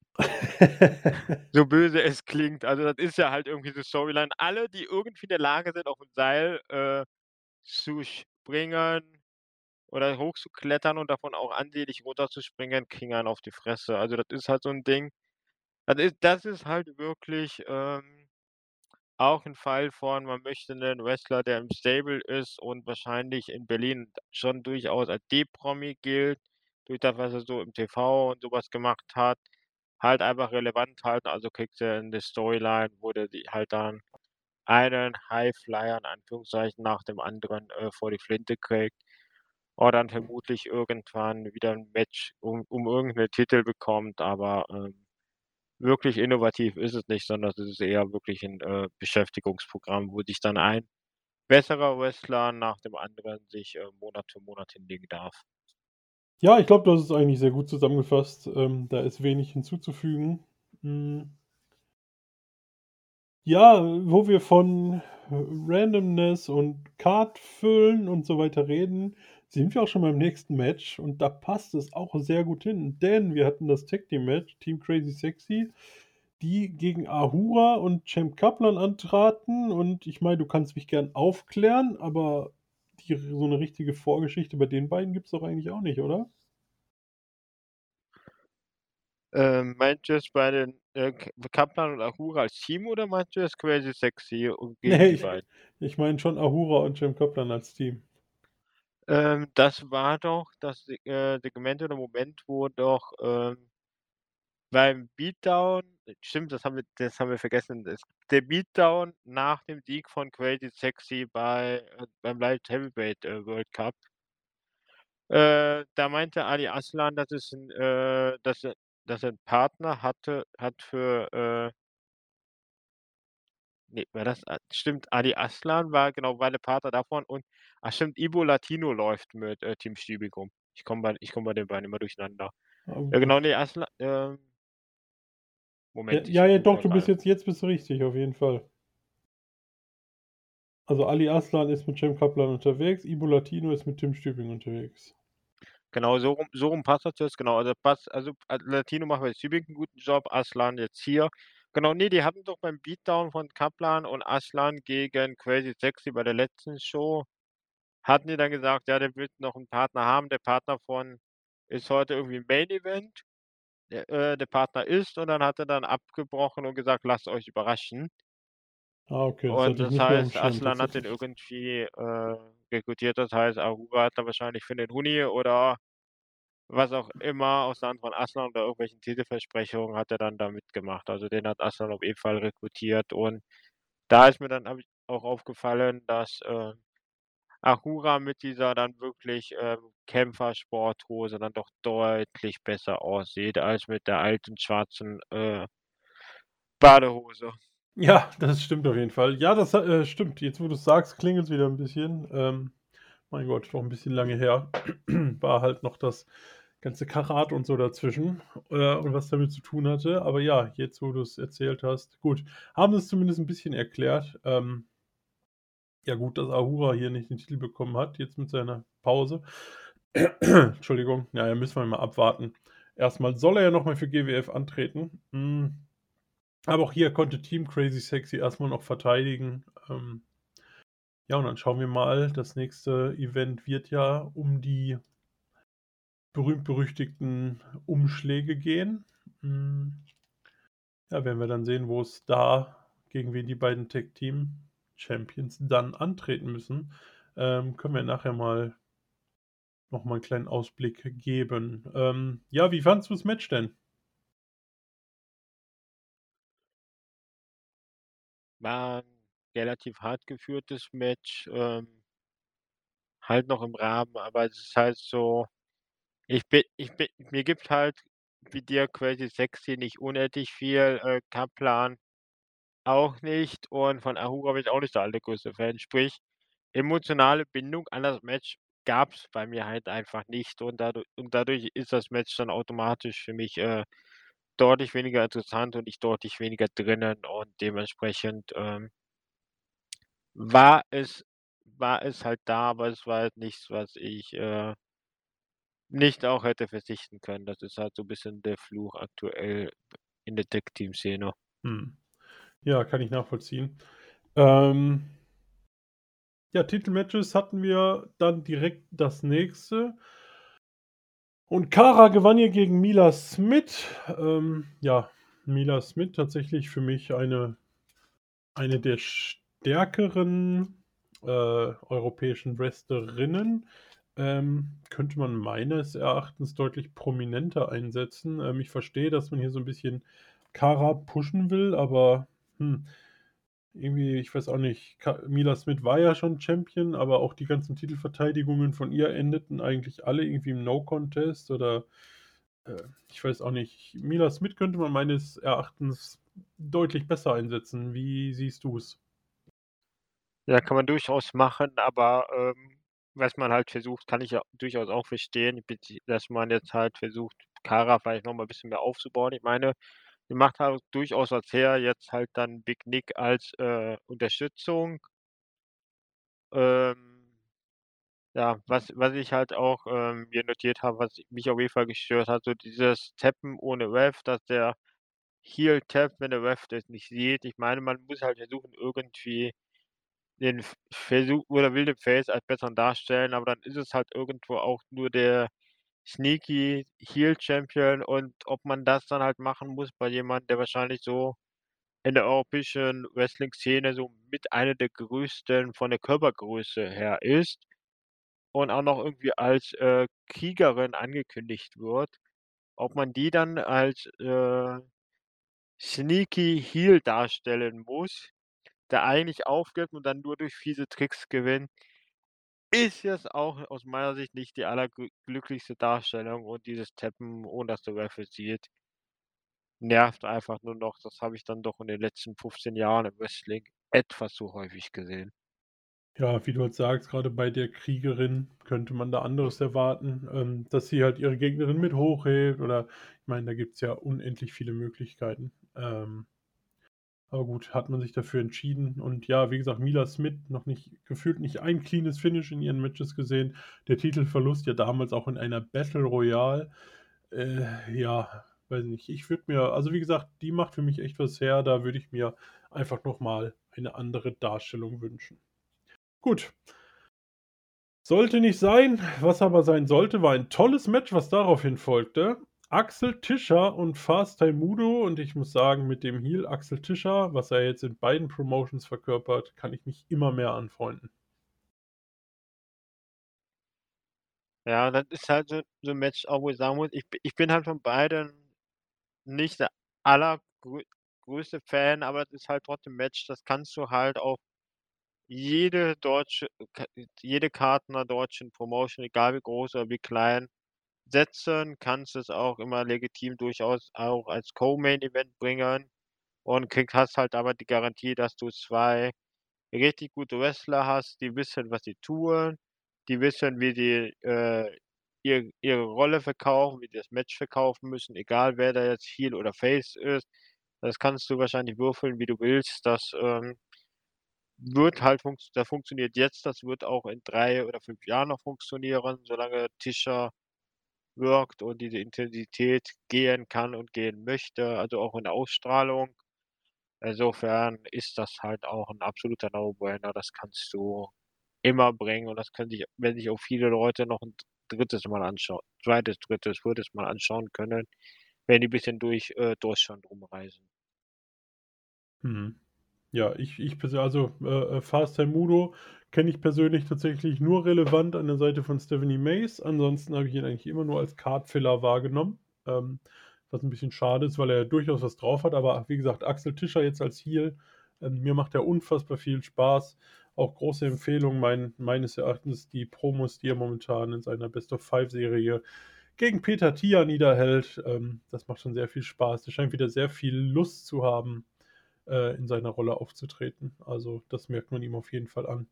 So böse es klingt. Also, das ist ja halt irgendwie die Storyline. Alle, die irgendwie in der Lage sind, auf 'n Seil, äh, zu springen oder hochzuklettern und davon auch ansehnlich runterzuspringen, kriegen einen auf die Fresse. Also, das ist halt so 'n Ding. Das ist das ist halt wirklich, ähm, auch 'n Fall von, man möchte 'nen Wrestler, der im Stable ist und wahrscheinlich in Berlin schon durchaus als D-Promi gilt, durch das, was er so im T V und so was gemacht hat, halt einfach relevant halten. Also, kriegst du 'ne Storyline, wo der die halt dann einen Highflyer in Anführungszeichen nach dem anderen, äh, vor die Flinte kriegt und dann vermutlich irgendwann wieder 'n Match um um irgend 'ne Titel bekommt, aber, ähm, wirklich innovativ ist es nicht, sondern das ist eher wirklich 'n, äh, Beschäftigungsprogramm, wo sich dann ein besserer Wrestler nach dem anderen sich, äh, Monat für Monat hinlegen darf. Ja, ich glaube, du hast es eigentlich sehr gut zusammengefasst. Ähm, da ist wenig hinzuzufügen. Hm Ja, wo wir von Randomness und Card füllen und so weiter reden, sind wir auch schon beim nächsten Match und da passt es auch sehr gut hin, denn wir hatten das Tag Team Match, Team Crazy Sexy, die gegen Ahura und Champ Kaplan antraten und ich meine, du kannst mich gern aufklären, aber die so 'ne richtige Vorgeschichte bei den beiden gibt's doch eigentlich auch nicht, oder? Ähm, meinst du jetzt bei den, äh, K Kaplan und Ahura als Team oder meinst du jetzt Crazy Sexy und gegen Ne, die ich beiden? ich meine schon Ahura und Champ Kaplan als Team. Ähm, das war doch das Se äh, Segment oder Moment, wo doch, ähm beim Beatdown stimmt, das haben wir das haben wir vergessen. Das der Beatdown nach dem Sieg von Crazy Sexy bei äh, beim Light Heavyweight, äh, World Cup. Äh, da meinte Ali Aslan, dass es 'n äh, dass er dass er 'n Partner hatte hat für, äh ne, war das a stimmt, Ali Aslan war genau, war der Partner davon und ach stimmt, Ibo Latino läuft mit, äh, Team Stübig rum. Ich komme bei ich komme bei den beiden immer durcheinander. Ja genau, ne, Asla ähm Ja, Moment, ich ja, ja, doch, google du bist grade. jetzt jetzt bist du richtig, auf jeden Fall. Also, Ali Aslan ist mit Champ Kaplan unterwegs, Ibo Latino ist mit Tim Stübing unterwegs. Genau, so rum so rum passt das jetzt, genau. Also, passt also, äh, Latino macht bei Stübig 'n guten Job, Aslan jetzt hier. Genau, ne, die hatten doch beim Beatdown von Kaplan und Aslan gegen Crazy Sexy bei der letzten Show hatten die dann gesagt, ja, der wird noch 'n Partner haben. Der Partner von ist heute irgendwie 'n Main Event, der äh, der Partner ist und dann hat er dann abgebrochen und gesagt: „Lasst euch überraschen.“ Ah, okay, das Und hatte ich das nicht mehr aufm heißt, Schirm Aslan hat den tatsächlich. irgendwie, äh, rekrutiert. Das heißt, Ahura hat da wahrscheinlich für den Huni oder was auch immer aus der Hand von Aslan oder irgendwelchen Titelversprechungen hat er dann da mitgemacht. Also, den hat Aslan auf jeden Fall rekrutiert und da ist mir dann habe ich auch aufgefallen, dass, äh, Ahura mit dieser dann wirklich, ähm, Kämpfersporthose dann doch deutlich besser aussieht als mit der alten schwarzen, äh Badehose. Ja, das stimmt auf jeden Fall. Ja, das, äh, stimmt. Jetzt, wo du's sagst, klingelt's wieder 'n bisschen. Ähm, mein Gott, doch 'n bisschen lange her. War halt noch das ganze Karat und so dazwischen, äh, und was damit zu tun hatte. Aber ja, jetzt, wo du's erzählt hast gut, haben sie's zumindest 'n bisschen erklärt. Ähm ja gut, dass Ahura hier nicht den Titel bekommen hat, jetzt mit seiner Pause. Entschuldigung. Na ja, müssen wir mal abwarten. Erst mal soll er ja noch mal für G W F antreten. Hm, aber auch hier konnte Team Crazy Sexy erst mal noch verteidigen. Ähm ja, und dann schauen wir mal. Das nächste Event wird ja um die berühmt-berüchtigten Umschläge gehen. Hm ja, werden wir dann sehen, wo's da gegen wen die beiden Tag Team Champions dann antreten müssen. Ähm, können wir nachher mal noch mal 'n kleinen Ausblick geben. Ähm, ja, wie fandest du's Match denn? War 'n relativ hart geführtes Match, ähm halt noch im Rahmen, aber es ist halt so ich bin ich bin mir gibt halt wie dir Crazy Sexy nicht unendlich viel, äh, Kaplan auch nicht und von Ahura bin ich auch nicht der allergrößte Fan. Sprich, emotionale Bindung an das Match gab's bei mir halt einfach nicht und dadu und dadurch ist das Match dann automatisch für mich, äh, deutlich weniger interessant und ich deutlich weniger drinnen und dementsprechend, ähm war es war es halt da, aber es war halt nichts, was ich, äh nicht auch hätte verzichten können. Das ist halt so bisschen der Fluch aktuell in der Tag-Team-Szene. Mhm. Ja, kann ich nachvollziehen. Ähm ja, Titelmatches hatten wir dann direkt das nächste. Und Cara gewann hier gegen Mila Smith. Ähm, ja, Mila Smith tatsächlich für mich eine eine der stärkeren, äh, europäischen Wrestlerinnen. Ähm, könnte man meines Erachtens deutlich prominenter einsetzen. Ähm, ich verstehe, dass man hier so 'n bisschen Cara pushen will, aber, hm, irgendwie, ich weiß auch nicht, Ka Mila Smith war ja schon Champion, aber auch die ganzen Titelverteidigungen von ihr endeten eigentlich alle irgendwie im No Contest oder, äh, ich weiß auch nicht. Mila Smith könnte man meines Erachtens deutlich besser einsetzen. Wie siehst du's? Ja, kann man durchaus machen, aber, ähm, was man halt versucht, kann ich ja durchaus auch verstehen, bezieh dass man jetzt halt versucht, Cara vielleicht noch mal bisschen mehr aufzubauen. Ich meine, die macht halt durchaus was her, jetzt halt dann Big Nick als, äh, Unterstützung. Ähm, ja, was was ich halt auch, ähm, mir notiert habe, was mich auf jeden Fall gestört hat, so dieses Tappen ohne Ref, dass der Heel tappt, wenn der Ref das nicht sieht. Ich meine, man muss halt versuchen, irgendwie den V Versuch oder will den Face als Besseren darstellen, aber dann ist es halt irgendwo auch nur der sneaky Heel Champion und ob man das dann halt machen muss bei jemand, der wahrscheinlich so in der europäischen Wrestling-Szene so mit einer der größten von der Körpergröße her ist und auch noch irgendwie als, äh, Kriegerin angekündigt wird, ob man die dann als, äh, sneaky Heel darstellen muss, der eigentlich aufgibt und dann nur durch fiese Tricks gewinnt ist jetzt auch aus meiner Sicht nicht die allerglü glücklichste Darstellung und dieses Tappen, ohne dass der Ref es sieht nervt einfach nur noch. Das habe ich dann doch in den letzten fünfzehn Jahren im Wrestling etwas zu häufig gesehen. Ja, wie du halt sagst, grade bei der Kriegerin könnte man da anderes erwarten, ähm, dass sie halt ihre Gegnerin mit hochhebt oder ich meine, da gibt's ja unendlich viele Möglichkeiten. Ähm aber gut, hat man sich dafür entschieden und ja, wie gesagt, Mila Smith noch nicht gefühlt nicht ein cleanes Finish in ihren Matches gesehen. Der Titelverlust ja damals auch in einer Battle Royale. Äh, ja, weiß nicht. Ich würde mir also, wie gesagt, die macht für mich echt was her. Da würde ich mir einfach noch mal eine andere Darstellung wünschen. Gut. Sollte nicht sein. Was aber sein sollte, war ein tolles Match, was daraufhin folgte. Axel Tischer und Fast Taymudo und ich muss sagen, mit dem Heel Axel Tischer, was er jetzt in beiden Promotions verkörpert, kann ich mich immer mehr anfreunden. Ja, das ist halt so so 'n Match auch, wo ich sagen muss, ich bi ich bin halt von beiden nicht der allergrö größte Fan, aber es ist halt trotzdem 'n Match, das kannst du halt auf jede deutsche Ka jede Card 'ner deutschen Promotion, egal wie groß oder wie klein, setzen, kannst es auch immer legitim durchaus auch als Co-Main Event bringen und krieg hast halt aber die Garantie, dass du zwei richtig gute Wrestler hast, die wissen, was sie tun, die wissen, wie die, äh, ihr ihre Rolle verkaufen, wie die das Match verkaufen müssen, egal wer da jetzt Heel oder Face ist. Das kannst du wahrscheinlich würfeln, wie du willst. Das, ähm, wird halt funks das funktioniert jetzt, das wird auch in drei oder fünf Jahren noch funktionieren, solange Tischer wirkt und diese Intensität gehen kann und gehen möchte, also auch in der Ausstrahlung. Insofern ist das halt auch 'n absoluter No-Brainer. Das kannst du immer bringen und das können sich werden sich auch viele Leute noch 'n d drittes Mal anschauen zweites, drittes, viertes Mal anschauen können, wenn die bisschen durch äh, Deutschland rumreisen. Mhm. Ja, ich ich persö also, äh, äh, Fast Taymudo kenne ich persönlich tatsächlich nur relevant an der Seite von Stephanie Mace. Ansonsten habe ich ihn eigentlich immer nur als Card-Filler wahrgenommen, ähm, was 'n bisschen schade ist, weil er ja durchaus was drauf hat. Aber wie gesagt, Axel Tischer jetzt als Heel, ähm, mir macht er unfassbar viel Spaß. Auch große Empfehlung mein meines Erachtens die Promos, die er momentan in seiner Best-of-Five-Serie gegen Peter Tian niederhält. Ähm, das macht schon sehr viel Spaß. Der scheint wieder sehr viel Lust zu haben, äh, in seiner Rolle aufzutreten. Also, das merkt man ihm auf jeden Fall an.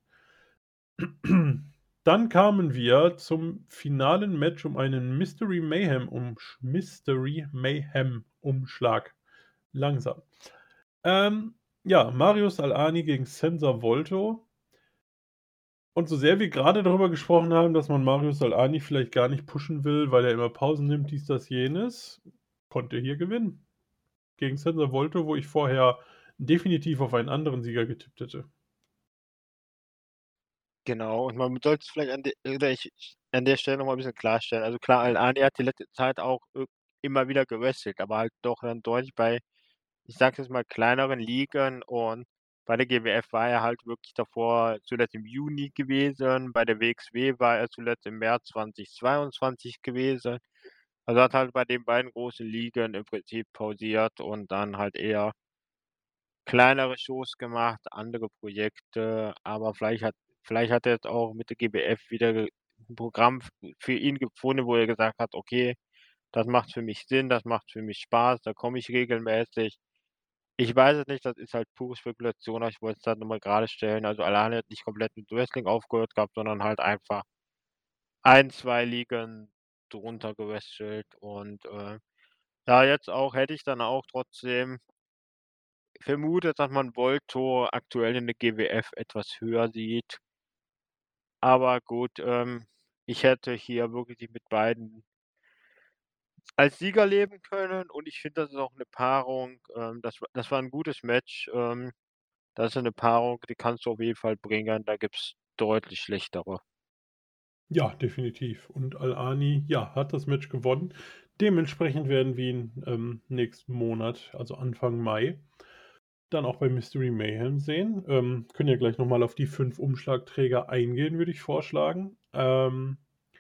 Dann kamen wir zum finalen Match um einen Mystery Mayhem Umsch Mystery Mayhem Umschlag. Langsam. Ähm, ja, Marius Al-Ani gegen Senza Volto. Und so sehr wir grade darüber gesprochen haben, dass man Marius Al-Ani vielleicht gar nicht pushen will, weil er immer Pausen nimmt, dies, das, jenes, konnte hier gewinnen. Gegen Senza Volto, wo ich vorher definitiv auf einen anderen Sieger getippt hätte. Genau, und man sollte es vielleicht an de oder ich ich an der Stelle noch mal 'n bisschen klarstellen. Also klar, Al-Ani hat die letzte Zeit auch irg immer wieder gewrestelt, aber halt doch dann deutlich bei, ich sage jetzt mal, kleineren Ligen und bei der G W F war er halt wirklich davor zuletzt im Juni gewesen. Bei der W X W war er zuletzt im März zweitausendzweiundzwanzig gewesen. Also, hat halt bei den beiden großen Ligen im Prinzip pausiert und dann halt eher kleinere Shows gemacht, andere Projekte, aber vielleicht hat vielleicht hat er jetzt auch mit der G B F wieder 'n Programm f für ihn gefunden, wo er gesagt hat: „Okay, das macht für mich Sinn, das macht für mich Spaß, da komme ich regelmäßig.“ Ich weiß es nicht, das ist halt pure Spekulation, aber ich wollte es halt noch mal geradestellen. Also, Al-Ani hat nicht komplett mit Wrestling aufgehört gehabt, sondern halt einfach ein, zwei Ligen drunter gewrestelt und, äh, ja, jetzt auch hätte ich dann auch trotzdem vermutet, dass man Volto aktuell in der G W F etwas höher sieht. Aber gut, ähm, ich hätte hier wirklich mit beiden als Sieger leben können und ich finde, das ist auch 'ne Paarung, ähm, das wa das war 'n gutes Match. Ähm, das ist 'ne Paarung, die kannst du auf jeden Fall bringen, da gibt's deutlich schlechtere. Ja, definitiv. Und Al-Ani, ja, hat das Match gewonnen. Dementsprechend werden wir ihn, ähm, nächsten Monat, also Anfang Mai, dann auch bei Mystery Mayhem sehen. Ähm, können ja gleich noch mal auf die fünf Umschlagträger eingehen, würde ich vorschlagen. Ähm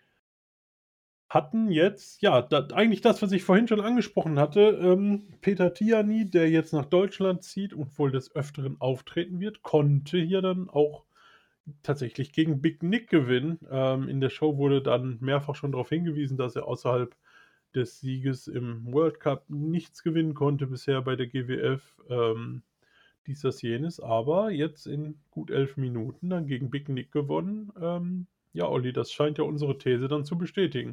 hatten jetzt, ja, da eigentlich das, was ich vorhin schon angesprochen hatte, ähm, Peter Tiani, der jetzt nach Deutschland zieht und wohl des Öfteren auftreten wird, konnte hier dann auch tatsächlich gegen Big Nick gewinnen. Ähm, in der Show wurde dann mehrfach schon darauf hingewiesen, dass er außerhalb des Sieges im World Cup nichts gewinnen konnte bisher bei der G W F, ähm, dies, das, jenes, aber jetzt in gut elf Minuten dann gegen Big Nick gewonnen. Ähm, ja, Olli, das scheint ja unsere These dann zu bestätigen.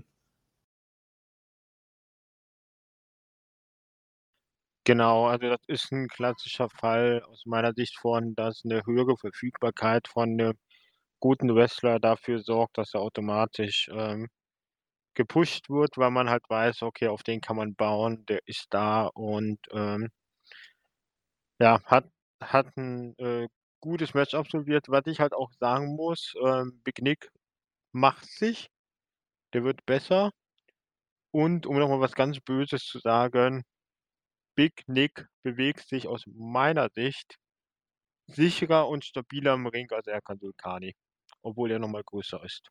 Genau, also das ist 'n klassischer Fall aus meiner Sicht von, dass 'ne höhere Verfügbarkeit von 'nem guten Wrestler dafür sorgt, dass er automatisch, ähm, gepusht wird, weil man halt weiß: „Okay, auf den kann man bauen, der ist da“ und, ähm ja, hat hat 'n, äh, gutes Match absolviert. Was ich halt auch sagen muss, ähm, Big Nick macht sich, der wird besser. Und um noch mal was ganz Böses zu sagen, Big Nick bewegt sich aus meiner Sicht sicherer und stabiler im Ring als Erkan Sülkani, obwohl er noch mal größer ist.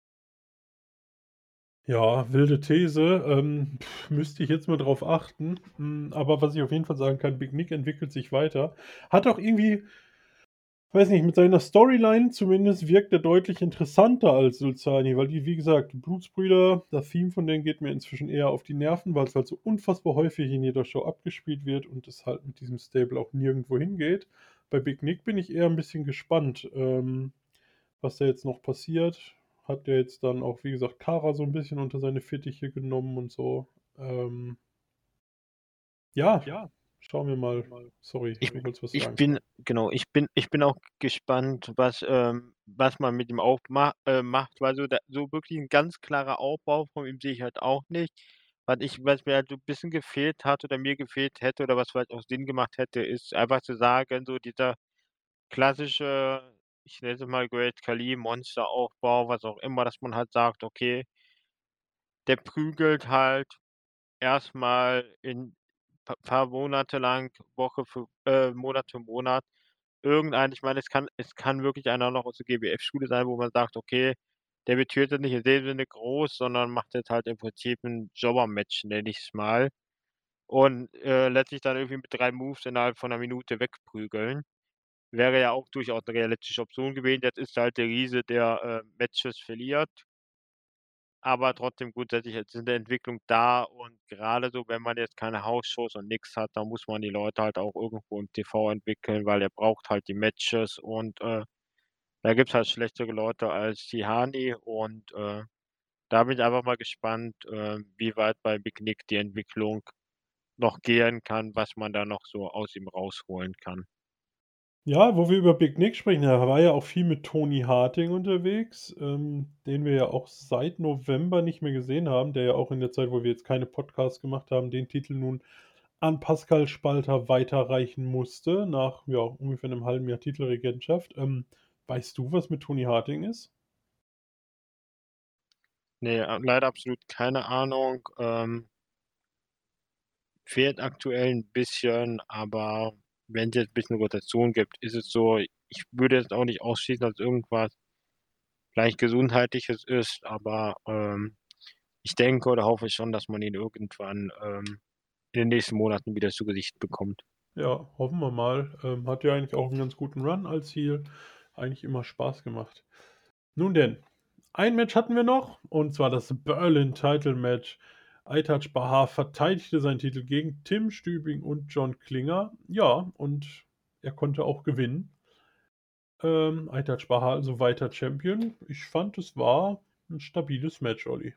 Ja, wilde These, ähm, müsste ich jetzt mal drauf achten. Hm, aber was ich auf jeden Fall sagen kann, Big Nick entwickelt sich weiter. Hat auch irgendwie weiß nicht, mit seiner Storyline zumindest wirkt er deutlich interessanter als Sulzani, weil die, wie gesagt, Blutsbrüder, das Theme von denen geht mir inzwischen eher auf die Nerven, weil's halt so unfassbar häufig in jeder Show abgespielt wird und es halt mit diesem Stable auch nirgendwo hingeht. Bei Big Nick bin ich eher 'n bisschen gespannt, ähm, was da jetzt noch passiert. Hat der jetzt dann auch, wie gesagt, Kara so 'n bisschen unter seine Fittiche genommen und so. Ähm ja, schauen wir mal. Sorry, Ich du wolltest was ich sagen. bin genau, ich bin ich bin auch gespannt, was, ähm was man mit ihm auch ma äh, macht, weil so da so wirklich 'n ganz klarer Aufbau von ihm sehe ich halt auch nicht. Was ich was mir halt so 'n bisschen gefehlt hat oder mir gefehlt hätte oder was vielleicht auch Sinn gemacht hätte, ist einfach zu sagen, so dieser klassische, ich nenne es mal Great Khali Monsteraufbau, was auch immer, dass man halt sagt: „Okay“ „der prügelt halt erst mal in pa paar Monate lang, Woche für äh, Monat für Monat irgendein“ ich meine, es kann es kann wirklich einer noch aus der G W F-Schule sein, wo man sagt: „Okay, der wird hier jetzt nicht in dem Sinne groß, sondern macht jetzt halt im Prinzip 'n Jobber-Match“, nenne ich's mal. Und, äh, lässt sich dann irgendwie mit drei Moves innerhalb von 'ner Minute wegprügeln. Wäre ja auch durchaus 'ne realistische Option gewesen. Jetzt ist halt der Riese, der, äh, Matches verliert. Aber trotzdem grundsätzlich jetzt in der Entwicklung da und gerade so, wenn man jetzt keine Hausshows und nix hat, dann muss man die Leute halt auch irgendwo im T V entwickeln, weil er braucht halt die Matches und, äh, da gibt's halt schlechtere Leute als Tiani und, äh, da bin ich einfach mal gespannt, äh, wie weit bei Big Nick die Entwicklung noch gehen kann, was man da noch so aus ihm rausholen kann. Ja, wo wir über Big Nick sprechen, er war ja auch viel mit Tony Harting unterwegs, ähm, den wir ja auch seit November nicht mehr gesehen haben, der ja auch in der Zeit, wo wir jetzt keine Podcasts gemacht haben, den Titel nun an Pascal Spalter weiterreichen musste nach, ja, ungefähr 'nem halben Jahr Titelregentschaft. Ähm, weißt du, was mit Tony Harting ist? Ne, äh, leider absolut keine Ahnung, ähm fehlt aktuell 'n bisschen, aber wenn's jetzt bisschen Rotation gibt, ist es so ich würde jetzt auch nicht ausschließen, dass irgendwas vielleicht Gesundheitliches ist, aber, ähm, ich denke oder hoffe schon, dass man ihn irgendwann, ähm, in den nächsten Monaten wieder zu Gesicht bekommt. Ja, hoffen wir mal. Ähm, hat ja eigentlich auch 'n ganz guten Run als Heel. Eigentlich immer Spaß gemacht. Nun denn, ein Match hatten wir noch, und zwar das Berlin Title Match. Aitaç Bahar verteidigte seinen Titel gegen Tim Stübing und John Klinger. Ja, und er konnte auch gewinnen. Ähm, Aitaç Bahar also weiter Champion. Ich fand, es war 'n stabiles Match, Olli.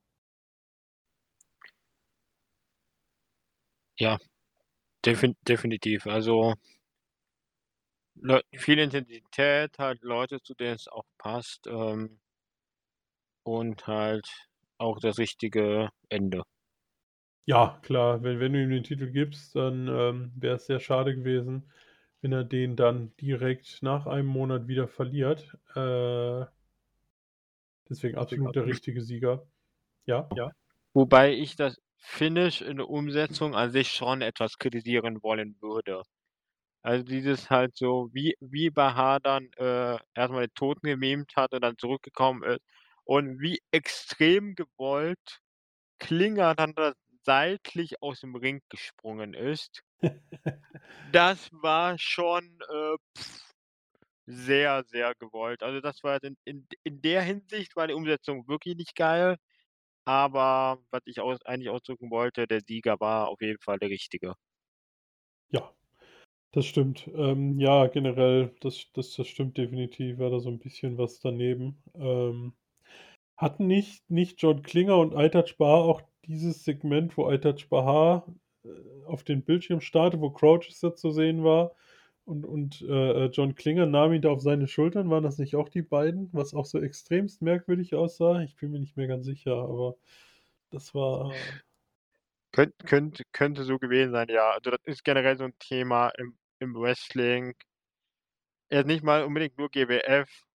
Ja, defin definitiv. Also Leu viel Intensität, halt Leute, zu denen es auch passt, ähm und halt auch das richtige Ende. Ja, klar, wenn wenn du ihm den Titel gibst, dann, ähm, wäre es sehr schade gewesen, wenn er den dann direkt nach einem Monat wieder verliert. Äh deswegen absolut der richtige Sieger. Ja? Wobei ich das Finish in der Umsetzung an sich schon etwas kritisieren wollen würde. Also, dieses halt so, wie wie Bahar dann, äh, erst mal den Toten gemimt hat und dann zurückgekommen ist und wie extrem gewollt Klinger dann da seitlich aus dem Ring gesprungen ist. Das war schon, äh, sehr, sehr gewollt. Also, das war in in in der Hinsicht war die Umsetzung wirklich nicht geil, aber was ich aus eigentlich ausdrücken wollte, der Sieger war auf jeden Fall der Richtige. Ja, das stimmt. Ähm, ja, generell, das das das stimmt definitiv, war da so 'n bisschen was daneben. Ähm, hatten nicht nicht John Klinger und Aitaç Bahar auch dieses Segment, wo Aitaç Bahar, äh, auf den Bildschirm starrte, wo Crouches da zu sehen war und und, äh, äh, John Klinger nahm ihn da auf seine Schultern? Waren das nicht auch die beiden, was auch so extremst merkwürdig aussah? Ich bin mir nicht mehr ganz sicher, aber das war Könnt könnt könnte so gewesen sein, ja. Also, das ist generell so 'n Thema im im Wrestling. Jetzt nicht mal unbedingt nur G W F.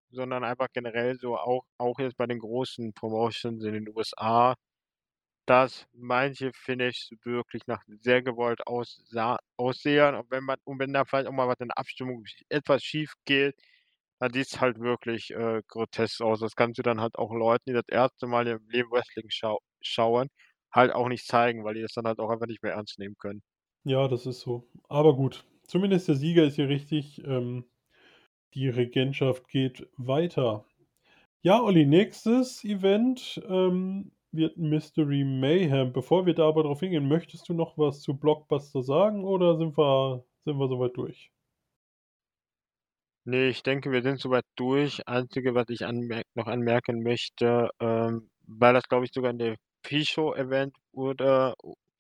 sondern einfach generell so auch auch jetzt bei den großen Promotions in den U S A, dass manche Finish wirklich nach sehr gewollt aussah aussehen. Und wenn man und wenn da vielleicht auch mal was in der Abstimmung sch etwas schief geht, dann sieht's halt wirklich, äh, grotesk aus. Das kannst du dann halt auch Leuten, die das erste Mal in ihrem Leben Wrestling schau schauen, halt auch nicht zeigen, weil die das dann halt auch einfach nicht mehr ernst nehmen können. Ja, das ist so. Aber gut, zumindest der Sieger ist hier richtig. Ähm, die Regentschaft geht weiter. Ja, Olli, nächstes Event ähm, wird Mystery Mayhem. Bevor wir da aber drauf hingehen, möchtest du noch was zu Blockbuster sagen oder sind wir, sind wir soweit durch? Ne, ich denke, wir sind so weit durch. Einzige, was ich anmerk noch anmerken möchte, ähm, weil das, glaube ich, sogar in der Pre-Show erwähnt wurde,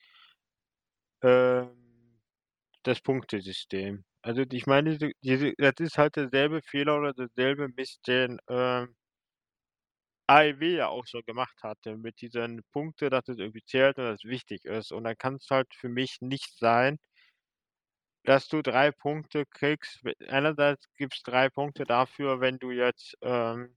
ähm, das Punktesystem. Also, ich meine, diese diese das ist halt derselbe Fehler oder derselbe Mist, den, ähm, A E W ja auch schon gemacht hatte mit diesen Punkte, dass es irgendwie zählt und dass es wichtig ist. Und dann kann's halt für mich nicht sein, dass du drei Punkte kriegst. We einerseits gibt's drei Punkte dafür, wenn du jetzt, ähm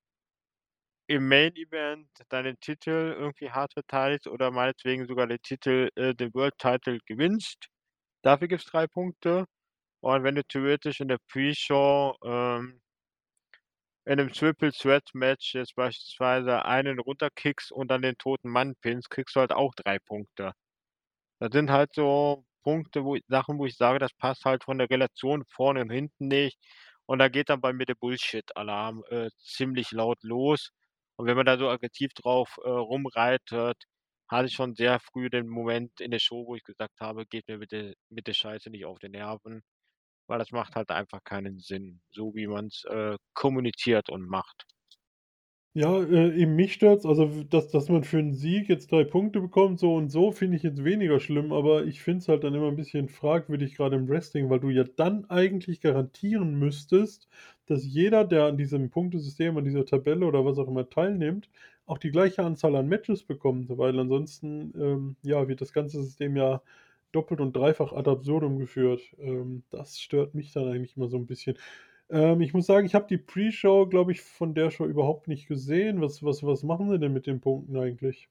im Main Event deinen Titel irgendwie hart verteidigst oder meinetwegen sogar den Titel äh, den World Title gewinnst. Dafür gibt's drei Punkte. Und wenn du theoretisch in der Pre-Show, ähm in 'nem Triple Threat Match jetzt beispielsweise einen runterkickst und dann den toten Mann pinnst, kriegst du halt auch drei Punkte. Das sind halt so Punkte, wo i Sachen, wo ich sage, das passt halt von der Relation vorne und hinten nicht. Und da geht dann bei mir der Bullshit-Alarm, äh, ziemlich laut los. Und wenn man da so aggressiv drauf, äh, rumreitet, hatte ich schon sehr früh den Moment in der Show, wo ich gesagt habe: „Geht mir bitte mit der Scheiße nicht auf die Nerven“, weil das macht halt einfach keinen Sinn, so wie man's, äh, kommuniziert und macht. Ja, äh, eben mich stört's, also, w dass dass man für 'n Sieg jetzt drei Punkte bekommt, so und so, finde ich jetzt weniger schlimm, aber ich finde es halt dann immer 'n bisschen fragwürdig, grade im Wrestling, weil du ja dann eigentlich garantieren müsstest, dass jeder, der an diesem Punktesystem, an dieser Tabelle oder was auch immer teilnimmt, auch die gleiche Anzahl an Matches bekommt, weil ansonsten, ähm, ja, wird das ganze System ja doppelt und dreifach ad absurdum geführt. Ähm, das stört mich dann eigentlich immer so 'n bisschen. Ähm, ich muss sagen, ich habe die Pre-Show, glaube ich, von der Show überhaupt nicht gesehen. Was was was machen sie denn mit den Punkten eigentlich?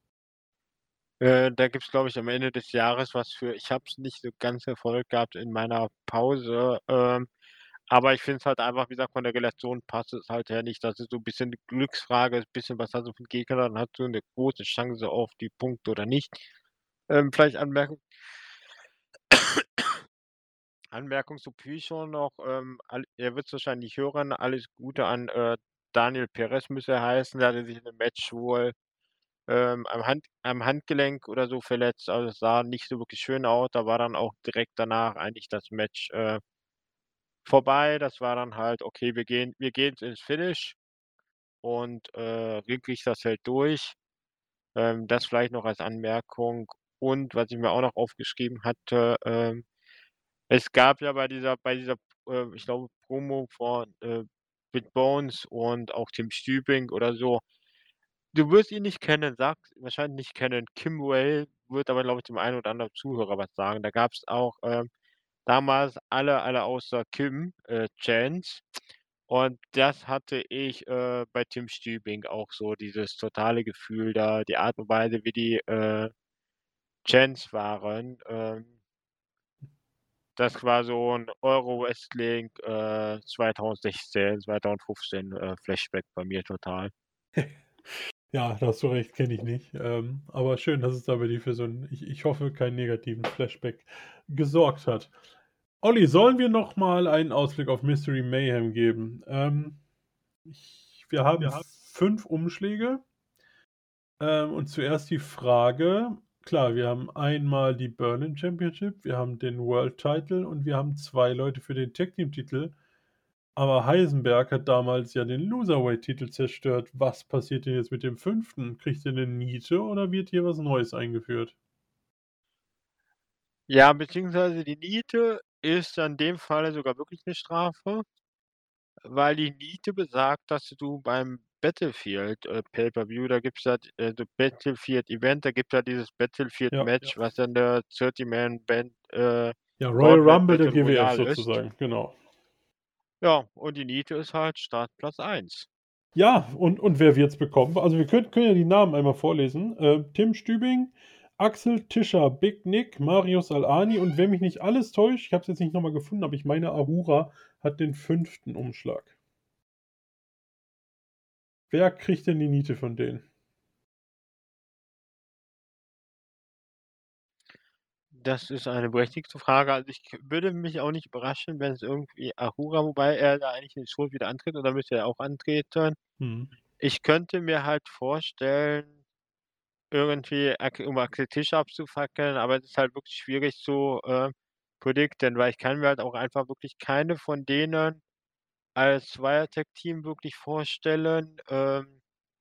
Äh, da gibt's, glaube ich, am Ende des Jahres was für. Ich habe es nicht so ganz verfolgt gehabt in meiner Pause, ähm, aber ich finde es halt einfach, wie gesagt, von der Relation passt es halt her nicht. Das ist so 'n bisschen 'ne Glücksfrage, ist bisschen, was hast du für 'n Gegner, dann hast du 'ne große Chance auf die Punkte oder nicht. Ähm, vielleicht Anmerkung Anmerkung zur Pre-Show noch, ähm, all er wird's wahrscheinlich hören, alles Gute an, äh, Daniel Perez müsste er heißen. Der hatte sich in 'nem Match wohl, ähm, am Hand am Handgelenk oder so verletzt. Also, es sah nicht so wirklich schön aus. Da war dann auch direkt danach eigentlich das Match, äh vorbei. Das war dann halt: „Okay, wir gehen wir gehen jetzt ins Finish und, äh, das hält durch.“ Ähm, das vielleicht noch als Anmerkung. Und was ich mir auch noch aufgeschrieben hatte, ähm, es gab ja bei dieser bei dieser, äh, ich glaube, Promo von, äh, Big Bones und auch Tim Stübing oder so. Du wirst ihn nicht kennen, sagst wahrscheinlich nicht kennen. Kim Whale wird aber, glaube ich, dem einen oder anderen Zuhörer was sagen. Da gab's auch, ähm, damals alle alle außer Kim, äh, Chance. Und das hatte ich, äh, bei Tim Stübing auch so dieses totale Gefühl da, die Art und Weise, wie die, äh, Chants waren. Ähm das war so 'n Euro-Wrestling, äh, zweitausendsechzehn, zweitausendfünfzehn, äh, Flashback bei mir total. Ja, da hast du recht, kenne ich nicht. Ähm, aber schön, dass es da bei dir für so 'n ich ich hoffe, keinen negativen Flashback gesorgt hat. Olli, sollen wir noch mal einen Ausblick auf Mystery Mayhem geben? Ähm, ich wir haben Wir haben fünf Umschläge. Ähm, und zuerst die Frage klar, wir haben einmal die Berlin Championship, wir haben den World Title und wir haben zwei Leute für den Tag-Team-Titel. Aber Heisenberg hat damals ja den Loserweight-Titel zerstört. Was passiert denn jetzt mit dem fünften? Kriegt der 'ne Niete oder wird hier was Neues eingeführt? Ja, beziehungsweise die Niete ist dann in dem Falle sogar wirklich 'ne Strafe, weil die Niete besagt, dass du beim Battlefield, äh, Pay-per-View, da gibt's ja d äh, das Battlefield Event, da gibt's ja dieses Ja. Battlefield-Match, was dann der Thirty Man Band äh, Ja, Royal Gauntlet Rumble der Battle G W F Royale ist. sozusagen, genau. Ja, und die Niete ist halt Startplatz eins. Ja, und und wer wird's bekommen? Also, wir können können ja die Namen einmal vorlesen. Äh, Tim Stübing, Axel Tischer, Big Nick, Marius Al-Ani und wenn mich nicht alles täuscht, ich habe es jetzt nicht noch mal gefunden, aber ich meine, Ahura hat den fünften Umschlag. Wer kriegt denn die Niete von denen? Das ist eine berechtigte Frage. Also, ich k würde mich auch nicht überraschen, wenn es irgendwie Ahura, wobei er da eigentlich in Show wieder antritt oder müsste er auch antreten. Mhm. Ich könnte mir halt vorstellen, irgendwie Ak um Axel Tischer abzufackeln, aber es ist halt wirklich schwierig zu, äh, predikten, weil ich kann mir halt auch einfach wirklich keine von denen als Zweier-Tag-Team wirklich vorstellen. Ähm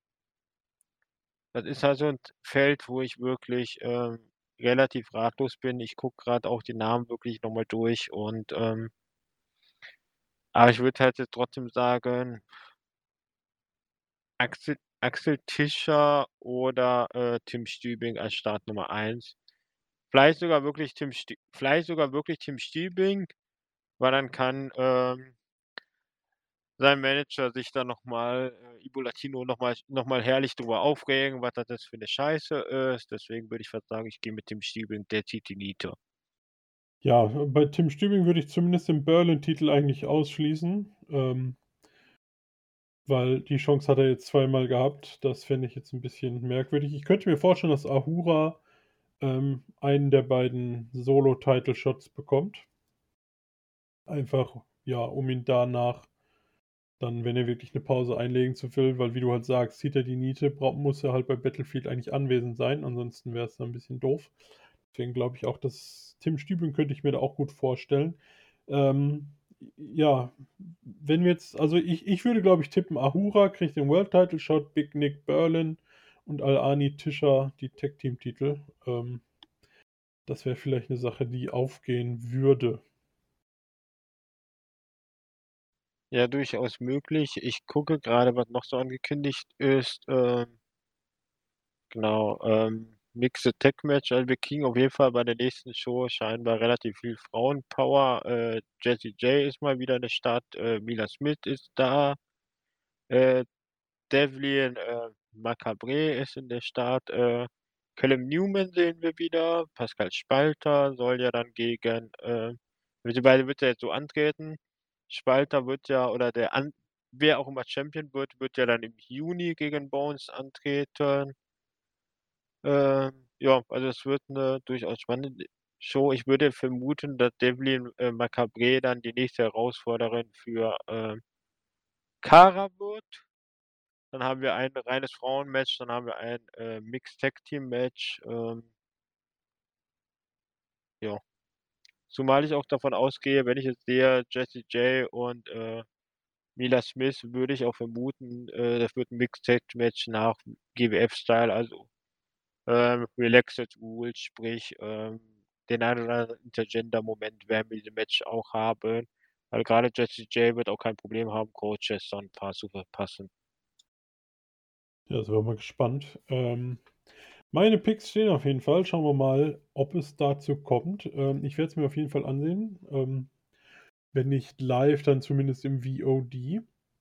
das ist halt so 'n t Feld, wo ich wirklich, ähm, relativ ratlos bin. Ich gucke grad auch die Namen wirklich noch mal durch und, ähm aber ich würde halt jetzt trotzdem sagen Axel Axel Tischer oder, äh, Tim Stübing als Start Nummer eins. Vielleicht sogar wirklich Tim Stü vielleicht sogar wirklich Tim Stübing, weil dann kann, ähm sein Manager sich dann noch mal äh, Ibo Latino noch mal noch mal herrlich drüber aufregen, was das jetzt für 'ne Scheiße ist. Deswegen würde ich fast sagen, ich gehe mit Tim Stübing, der zieht die Niete. Ja, bei Tim Stübing würde ich zumindest den Berlin-Titel eigentlich ausschließen, ähm weil die Chance hat er jetzt zweimal gehabt. Das fände ich jetzt 'n bisschen merkwürdig. Ich könnte mir vorstellen, dass Ahura, ähm, einen der beiden Solo-Title-Shots bekommt. Einfach, ja, um ihn danach dann, wenn er wirklich 'ne Pause einlegen zu will, weil wie du halt sagst, zieht er die Niete, brau muss er halt bei Battlefield eigentlich anwesend sein, ansonsten wär's dann 'n bisschen doof. Deswegen glaube ich auch, dass Tim Stübing könnte ich mir da auch gut vorstellen. Ähm, ja, wenn wir jetzt also, ich ich würde, glaube ich, tippen, Ahura kriegt den World Title Shot, Big Nick Berlin und Al-Ani Tischer die Tag-Team-Titel. Ähm das wäre vielleicht 'ne Sache, die aufgehen würde. Ja, durchaus möglich. Ich gucke grade, was noch so angekündigt ist, ähm genau, ähm, Mixed Tag Match, also wir kriegen auf jeden Fall bei der nächsten Show scheinbar relativ viel Frauenpower. Äh, Jessie J ist mal wieder in der Stadt, äh, Mila Smith ist da, äh, Devlin, äh, Macabre ist in der Stadt, äh, Callum Newman sehen wir wieder. Pascal Spalter soll ja dann gegen, äh beziehungsweise wird er jetzt so antreten. Spalter wird ja oder der an wer auch immer Champion wird, wird ja dann im Juni gegen Bones antreten. Ähm, ja, also es wird 'ne durchaus spannende Show. Ich würde vermuten, dass Devlin, äh, Macabre dann die nächste Herausforderin für, ähm, Cara wird. Dann haben wir ein reines Frauenmatch, dann haben wir ein, äh, Mixed Tag Team Match, ähm Ja. Zumal ich auch davon ausgehe, wenn ich jetzt sehe, Jessie J und, äh, Mila Smith, würde ich auch vermuten, äh, das wird 'n Mixed Tag Match nach G W F-Style, also, ähm, Relaxed Rules, sprich, ähm, den einen oder anderen Intergender-Moment werden wir in dem Match auch haben, weil grade Jessie J wird auch kein Problem haben, Colchester 'n paar zu verpassen. Ja, sind wir mal gespannt. Ähm, meine Picks stehen auf jeden Fall. Schauen wir mal, ob es dazu kommt. Ähm, ich werde es mir auf jeden Fall ansehen. Ähm, wenn nicht live, dann zumindest im VOD.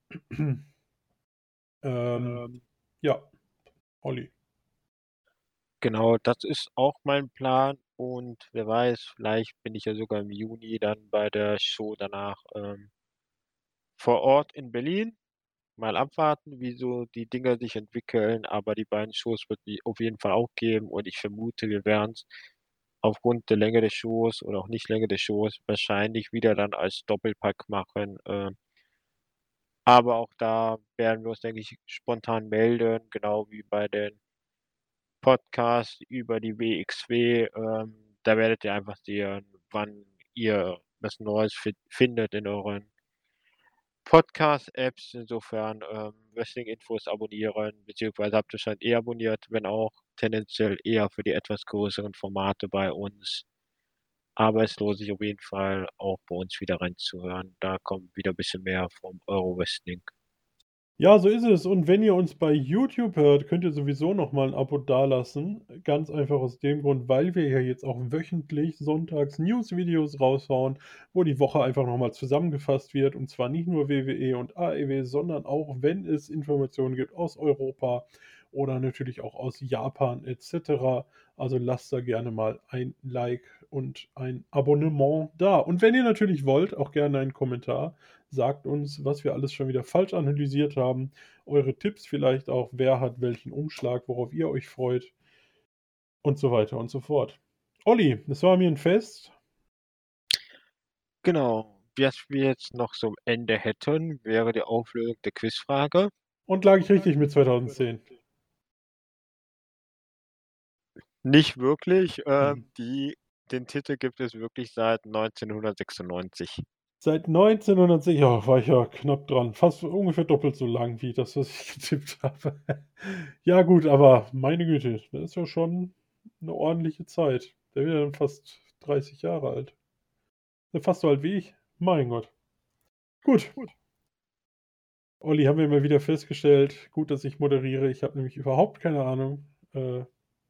Ähm, Ähm ja, Olli. Genau, das ist auch mein Plan und wer weiß, vielleicht bin ich ja sogar im Juni dann bei der Show danach, ähm vor Ort in Berlin. Mal abwarten, wie so die Dinger sich entwickeln, aber die beiden Shows wird die auf jeden Fall auch geben und ich vermute, wir werden's aufgrund der Länge der Shows oder auch Nicht-Länge der Shows wahrscheinlich wieder dann als Doppelpack machen, äh aber auch da werden wir uns, denke ich, spontan melden, genau wie bei den Podcasts über die WXW. Ähm, da werdet ihr einfach sehen, wann ihr was Neues fin findet in euren Podcast-Apps. Insofern, ähm, Wrestling-Infos abonnieren, beziehungsweise habt ihr schon eh abonniert, wenn auch tendenziell eher für die etwas größeren Formate bei uns. Aber es lohnt sich auf jeden Fall auch bei uns wieder reinzuhören. Da kommt wieder bisschen mehr vom Euro Wrestling. Ja, so ist es. Und wenn ihr uns bei YouTube hört, könnt ihr sowieso noch mal 'n Abo dalassen. Ganz einfach aus dem Grund, weil wir ja jetzt auch wöchentlich sonntags News-Videos raushauen, wo die Woche einfach noch mal zusammengefasst wird. Und zwar nicht nur W W E und A E W, sondern auch, wenn es Informationen gibt aus Europa oder natürlich auch aus Japan et cetera. Also lasst da gerne mal ein Like und ein Abonnement da. Und wenn ihr natürlich wollt, auch gerne einen Kommentar. Sagt uns, was wir alles schon wieder falsch analysiert haben. Eure Tipps vielleicht auch, wer hat welchen Umschlag, worauf ihr euch freut und so weiter und so fort. Olli, es war mir ein Fest. Genau. Was wir jetzt noch zum Ende hätten, wäre die Auflösung der Quizfrage. Und lag ich richtig mit zweitausendzehn? Nicht wirklich, Mhm. ähm, die den Titel gibt es wirklich seit neunzehnhundertsechsundneunzig. Seit neunzehnhundertsech ja, war ich ja knapp dran. Fast ungefähr doppelt so lang wie das, was ich getippt habe. Ja gut, aber meine Güte, das ist ja schon 'ne ordentliche Zeit. Der wird ja dann fast dreißig Jahre alt. Ja, fast so alt wie ich. Mein Gott. Gut. Olli, haben wir mal wieder festgestellt, gut, dass ich moderiere. Ich habe nämlich überhaupt keine Ahnung. Äh,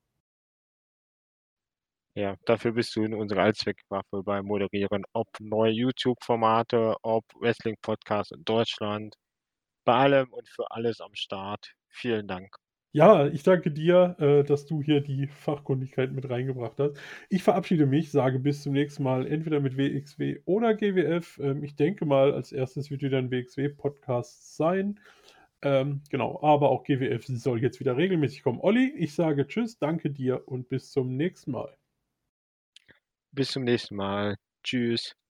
Ja, dafür bist du in unsere Allzweckwaffe beim Moderieren, ob neue YouTube-Formate, ob Wrestling-Podcasts in Deutschland, bei allem und für alles am Start. Vielen Dank. ja, ich danke dir, äh, dass du hier die Fachkundigkeit mit reingebracht hast. Ich verabschiede mich, sage bis zum nächsten Mal, entweder mit W X W oder G W F. Ähm, ich denke mal, als Erstes wird wieder 'n W X W-Podcast sein. Ähm, genau, aber auch G W F soll jetzt wieder regelmäßig kommen. Olli, ich sage tschüss, danke dir und bis zum nächsten Mal. Bis zum nächsten Mal. Tschüss.